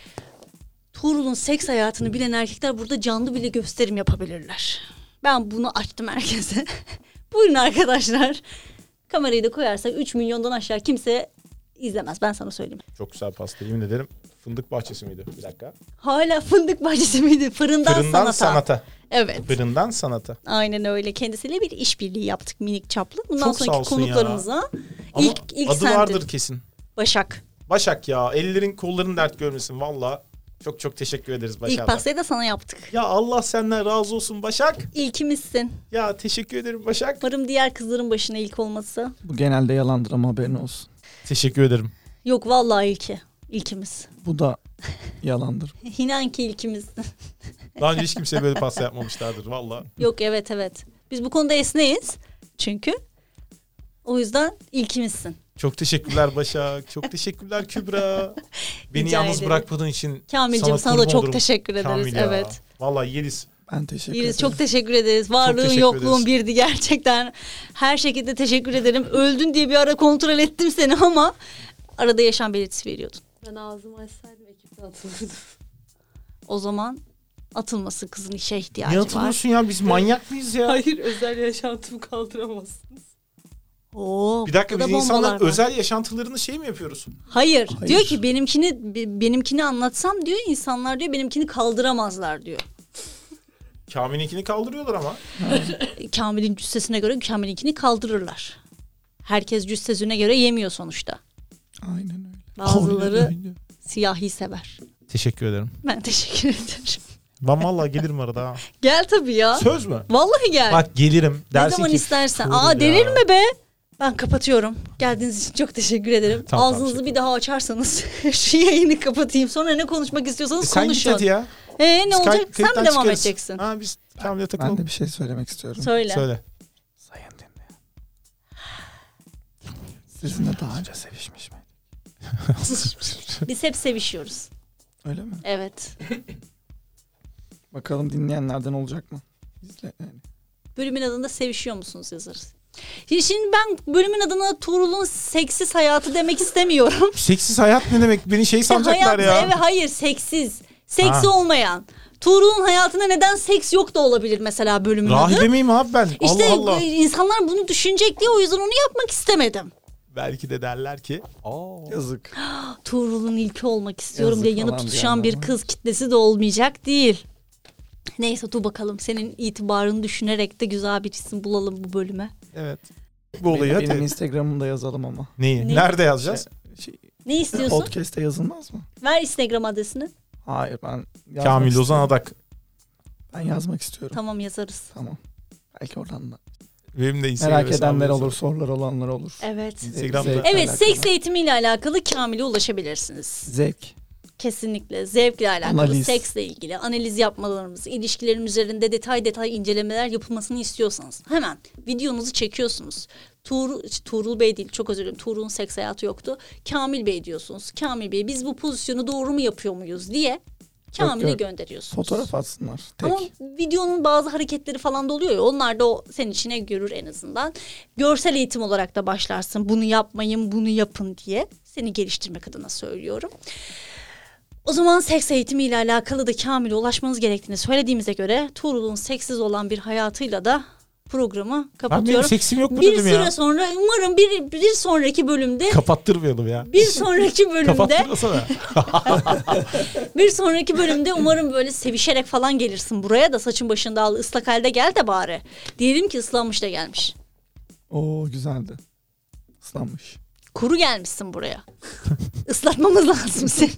Tuğrul'un seks hayatını bilen erkekler burada canlı bile gösterim yapabilirler. Ben bunu açtım herkese. Buyurun arkadaşlar. Kamerayı da koyarsak üç milyondan aşağı kimse izlemez. Ben sana söyleyeyim. Çok güzel pasta yemin ederim. Fındık bahçesi miydi? Bir dakika. Hala fındık bahçesi miydi? Fırından, Fırından sanata. sanata. Evet. Fırından sanata. Aynen öyle. Kendisiyle bir işbirliği yaptık minik çaplı. Bundan Çok sağ sonraki olsun ya. konuklarımıza Ama ilk ilk adı sendin. vardır kesin. Başak. Başak ya. Ellerin kolların dert görmesin valla. Çok çok teşekkür ederiz Başak'a. İlk pastayı da sana yaptık. Ya Allah senden razı olsun Başak. İlkimizsin. Ya teşekkür ederim Başak. Umarım diğer kızların başına ilk olması. Bu genelde yalandır ama haberin olsun. Teşekkür ederim. Yok vallahi ilki. İlkimiz. Bu da yalandır. İnan ki ilkimizsin. Daha önce hiç kimseye böyle pasta yapmamışlardır valla. Yok evet evet. Biz bu konuda esneyiz. Çünkü o yüzden ilkimizsin. Çok teşekkürler Başak. Çok teşekkürler Kübra. Beni Rica yalnız ederim. bırakmadığın için Kamil'cim sana, da kurban çok olurum. teşekkür ederiz. Kamil ya. Evet. Vallahi Yeliz. Ben teşekkür Yeliz ederim. çok teşekkür ederiz. Varlığın teşekkür yokluğun ederiz. birdi gerçekten. Her şekilde teşekkür ederim. Öldün diye bir ara kontrol ettim seni ama arada yaşam belirtisi veriyordun. Ben ağzımı açsaydım ekipten atılırdım. O zaman atılması kızın işe ihtiyacı Niye var. hatırlıyorsun ya? Biz manyak mıyız ya? Hayır, özel yaşantımı kaldıramazsınız. Oo, Bir dakika burada biz insanlar bombalar var. özel yaşantılarını şey mi yapıyoruz? Hayır. Hayır. Diyor ki benimkini be- benimkini anlatsam diyor insanlar diyor benimkini kaldıramazlar diyor. Kamil'inkini kaldırıyorlar ama. Kamil'in cüssesine göre Kamil'inkini kaldırırlar. Herkes cüssesine göre yemiyor sonuçta. Aynen öyle. Bazıları Aynen öyle. siyahi sever. Teşekkür ederim. Ben teşekkür ederim. Ben vallahi gelirim arada ha. Gel tabii ya. Söz mü? Vallahi gel. Bak gelirim. ne Dersin zaman ki, istersen. Tuğrul Aa ya. delirme be. Ben kapatıyorum. Geldiğiniz için çok teşekkür ederim. Tamam, Ağzınızı tamam, bir daha açarsanız şu yayını kapatayım. Sonra ne konuşmak istiyorsanız E sen git konuşun. hadi ya. Ee, ne Biz olacak? kay- Sen mi kayıttan devam çıkarız. edeceksin? Ha biz Kamil'e Ben takılalım. de bir şey söylemek istiyorum. Söyle. Söyle. Sayın dinleyen. Sizinle daha önce sevişmiş miydik? Biz hep sevişiyoruz. Öyle mi? Evet. Bakalım dinleyenlerden olacak mı? İzle yani. Bölümün adında sevişiyor musunuz yazarız. Şimdi ben bölümün adına Tuğrul'un seksiz hayatı demek istemiyorum. Seksiz hayat ne demek? Beni şey sanacaklar hayat, ya. Evet hayır seksiz. Seksi Ha. olmayan. Tuğrul'un hayatında neden seks yok da olabilir mesela bölümün adı. Rahibe miyim abi ben? İşte Allah Allah. e, insanlar bunu düşünecek diye o yüzden onu yapmak istemedim. Belki de derler ki. Aa. Yazık. Tuğrul'un ilki olmak istiyorum Yazık diye yanıp falan tutuşan diyenler bir var. kız kitlesi de olmayacak değil. Neyse dur bakalım senin itibarını düşünerek de güzel bir isim bulalım bu bölüme. Evet. Bu olayı Benim, benim hadi. Instagram'ımda yazalım ama. Neyi? Ne? Nerede yazacağız? Şey, Ne istiyorsun? podcast'te yazılmaz mı? Ver Instagram adresini. Hayır ben yazmak Kamil Ozan istiyorum. Adak. Ben yazmak istiyorum. Tamam yazarız. Tamam. Belki oradan da. Benim de Instagram Merak hesabım edenler yazar. olur, sorular olanlar olur. Evet. Instagram'da- Zevkle Evet alakalı. seks eğitimiyle alakalı Kamil'e ulaşabilirsiniz. Zevk. Kesinlikle zevkle alakalı, Analiz. seksle ilgili analiz yapmalarımız, ilişkilerin üzerinde detay detay incelemeler yapılmasını istiyorsanız hemen videonuzu çekiyorsunuz. Tuğrul, Tuğrul Bey değil çok özür dilerim. Tuğrul'un seks hayatı yoktu. Kamil Bey diyorsunuz. Kamil Bey biz bu pozisyonu doğru mu yapıyor muyuz diye Kamil'e yok. gönderiyorsunuz. Fotoğraf atsınlar. Tek. Ama videonun bazı hareketleri falan da oluyor ya onlar da o senin içine görür en azından. Görsel eğitim olarak da başlarsın. Bunu yapmayın, bunu yapın diye. Seni geliştirmek adına söylüyorum. O zaman seks eğitimiyle alakalı da Kamil'e ulaşmanız gerektiğini söylediğimize göre Tuğrul'un seksiz olan bir hayatıyla da programı Ben benim kapatıyorum. seksim yok mu Bir dedim süre ya. sonra umarım bir, bir sonraki bölümde Kapattırmayalım ya. bir sonraki bölümde Kapattırmasana. bir sonraki bölümde umarım böyle sevişerek falan gelirsin buraya da saçın başında al ıslak halde gel de bari. Diyelim ki ıslanmış da gelmiş. Oo güzeldi. Islanmış. Kuru gelmişsin buraya. Islatmamız lazım seni.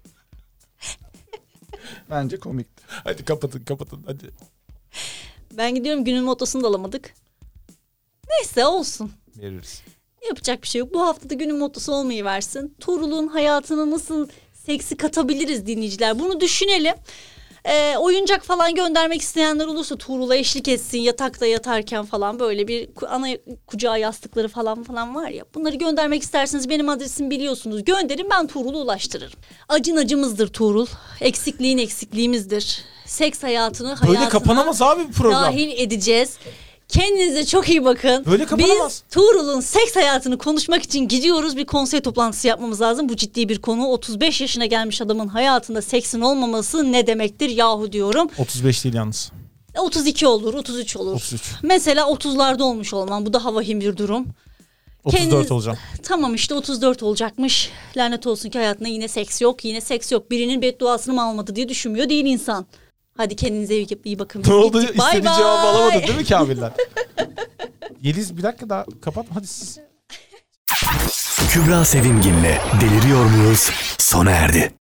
Bence komikti. Hadi kapatın kapatın hadi. Ben gidiyorum günün motosunu da alamadık. Neyse olsun. Veririz. Yapacak bir şey yok. Bu haftada günün motosu olmayı versin. Tuğrul'un hayatına nasıl seksi katabiliriz dinleyiciler? Bunu düşünelim. Ee, oyuncak falan göndermek isteyenler olursa Tuğrul'a eşlik etsin yatakta yatarken falan böyle bir ku- ana kucağı yastıkları falan falan var ya. Bunları göndermek isterseniz benim adresimi biliyorsunuz. Gönderin ben Tuğrul'u ulaştırırım. Acın acımızdır Tuğrul. Eksikliğin eksikliğimizdir. Seks hayatını Böyle hayatına kapanamaz abi bu program. dahil edeceğiz. Kendinize çok iyi bakın. Böyle kapanamaz. Biz Tuğrul'un seks hayatını konuşmak için gidiyoruz. Bir konsey toplantısı yapmamız lazım. Bu ciddi bir konu. otuz beş yaşına gelmiş adamın hayatında seksin olmaması ne demektir yahu diyorum. otuz beş değil yalnız. otuz iki olur, otuz üç olur. otuz üç. Mesela otuzlarda olmuş olman. Bu daha vahim bir durum. otuz dört Kendiniz- olacağım. Tamam işte otuz dört olacakmış. Lanet olsun ki hayatında yine seks yok. Yine seks yok. Birinin bedduasını mı almadı diye düşünmüyor değil insan. Hadi kendinize iyi, iyi bakın. Biz Ne oldu? gittik. Bye İstediği bye. cevabı alamadın değil mi Kamil'den? Yeliz bir dakika daha kapatma hadi siz. Kübra Sevimgin'le Deliriyor Muyuz sona erdi.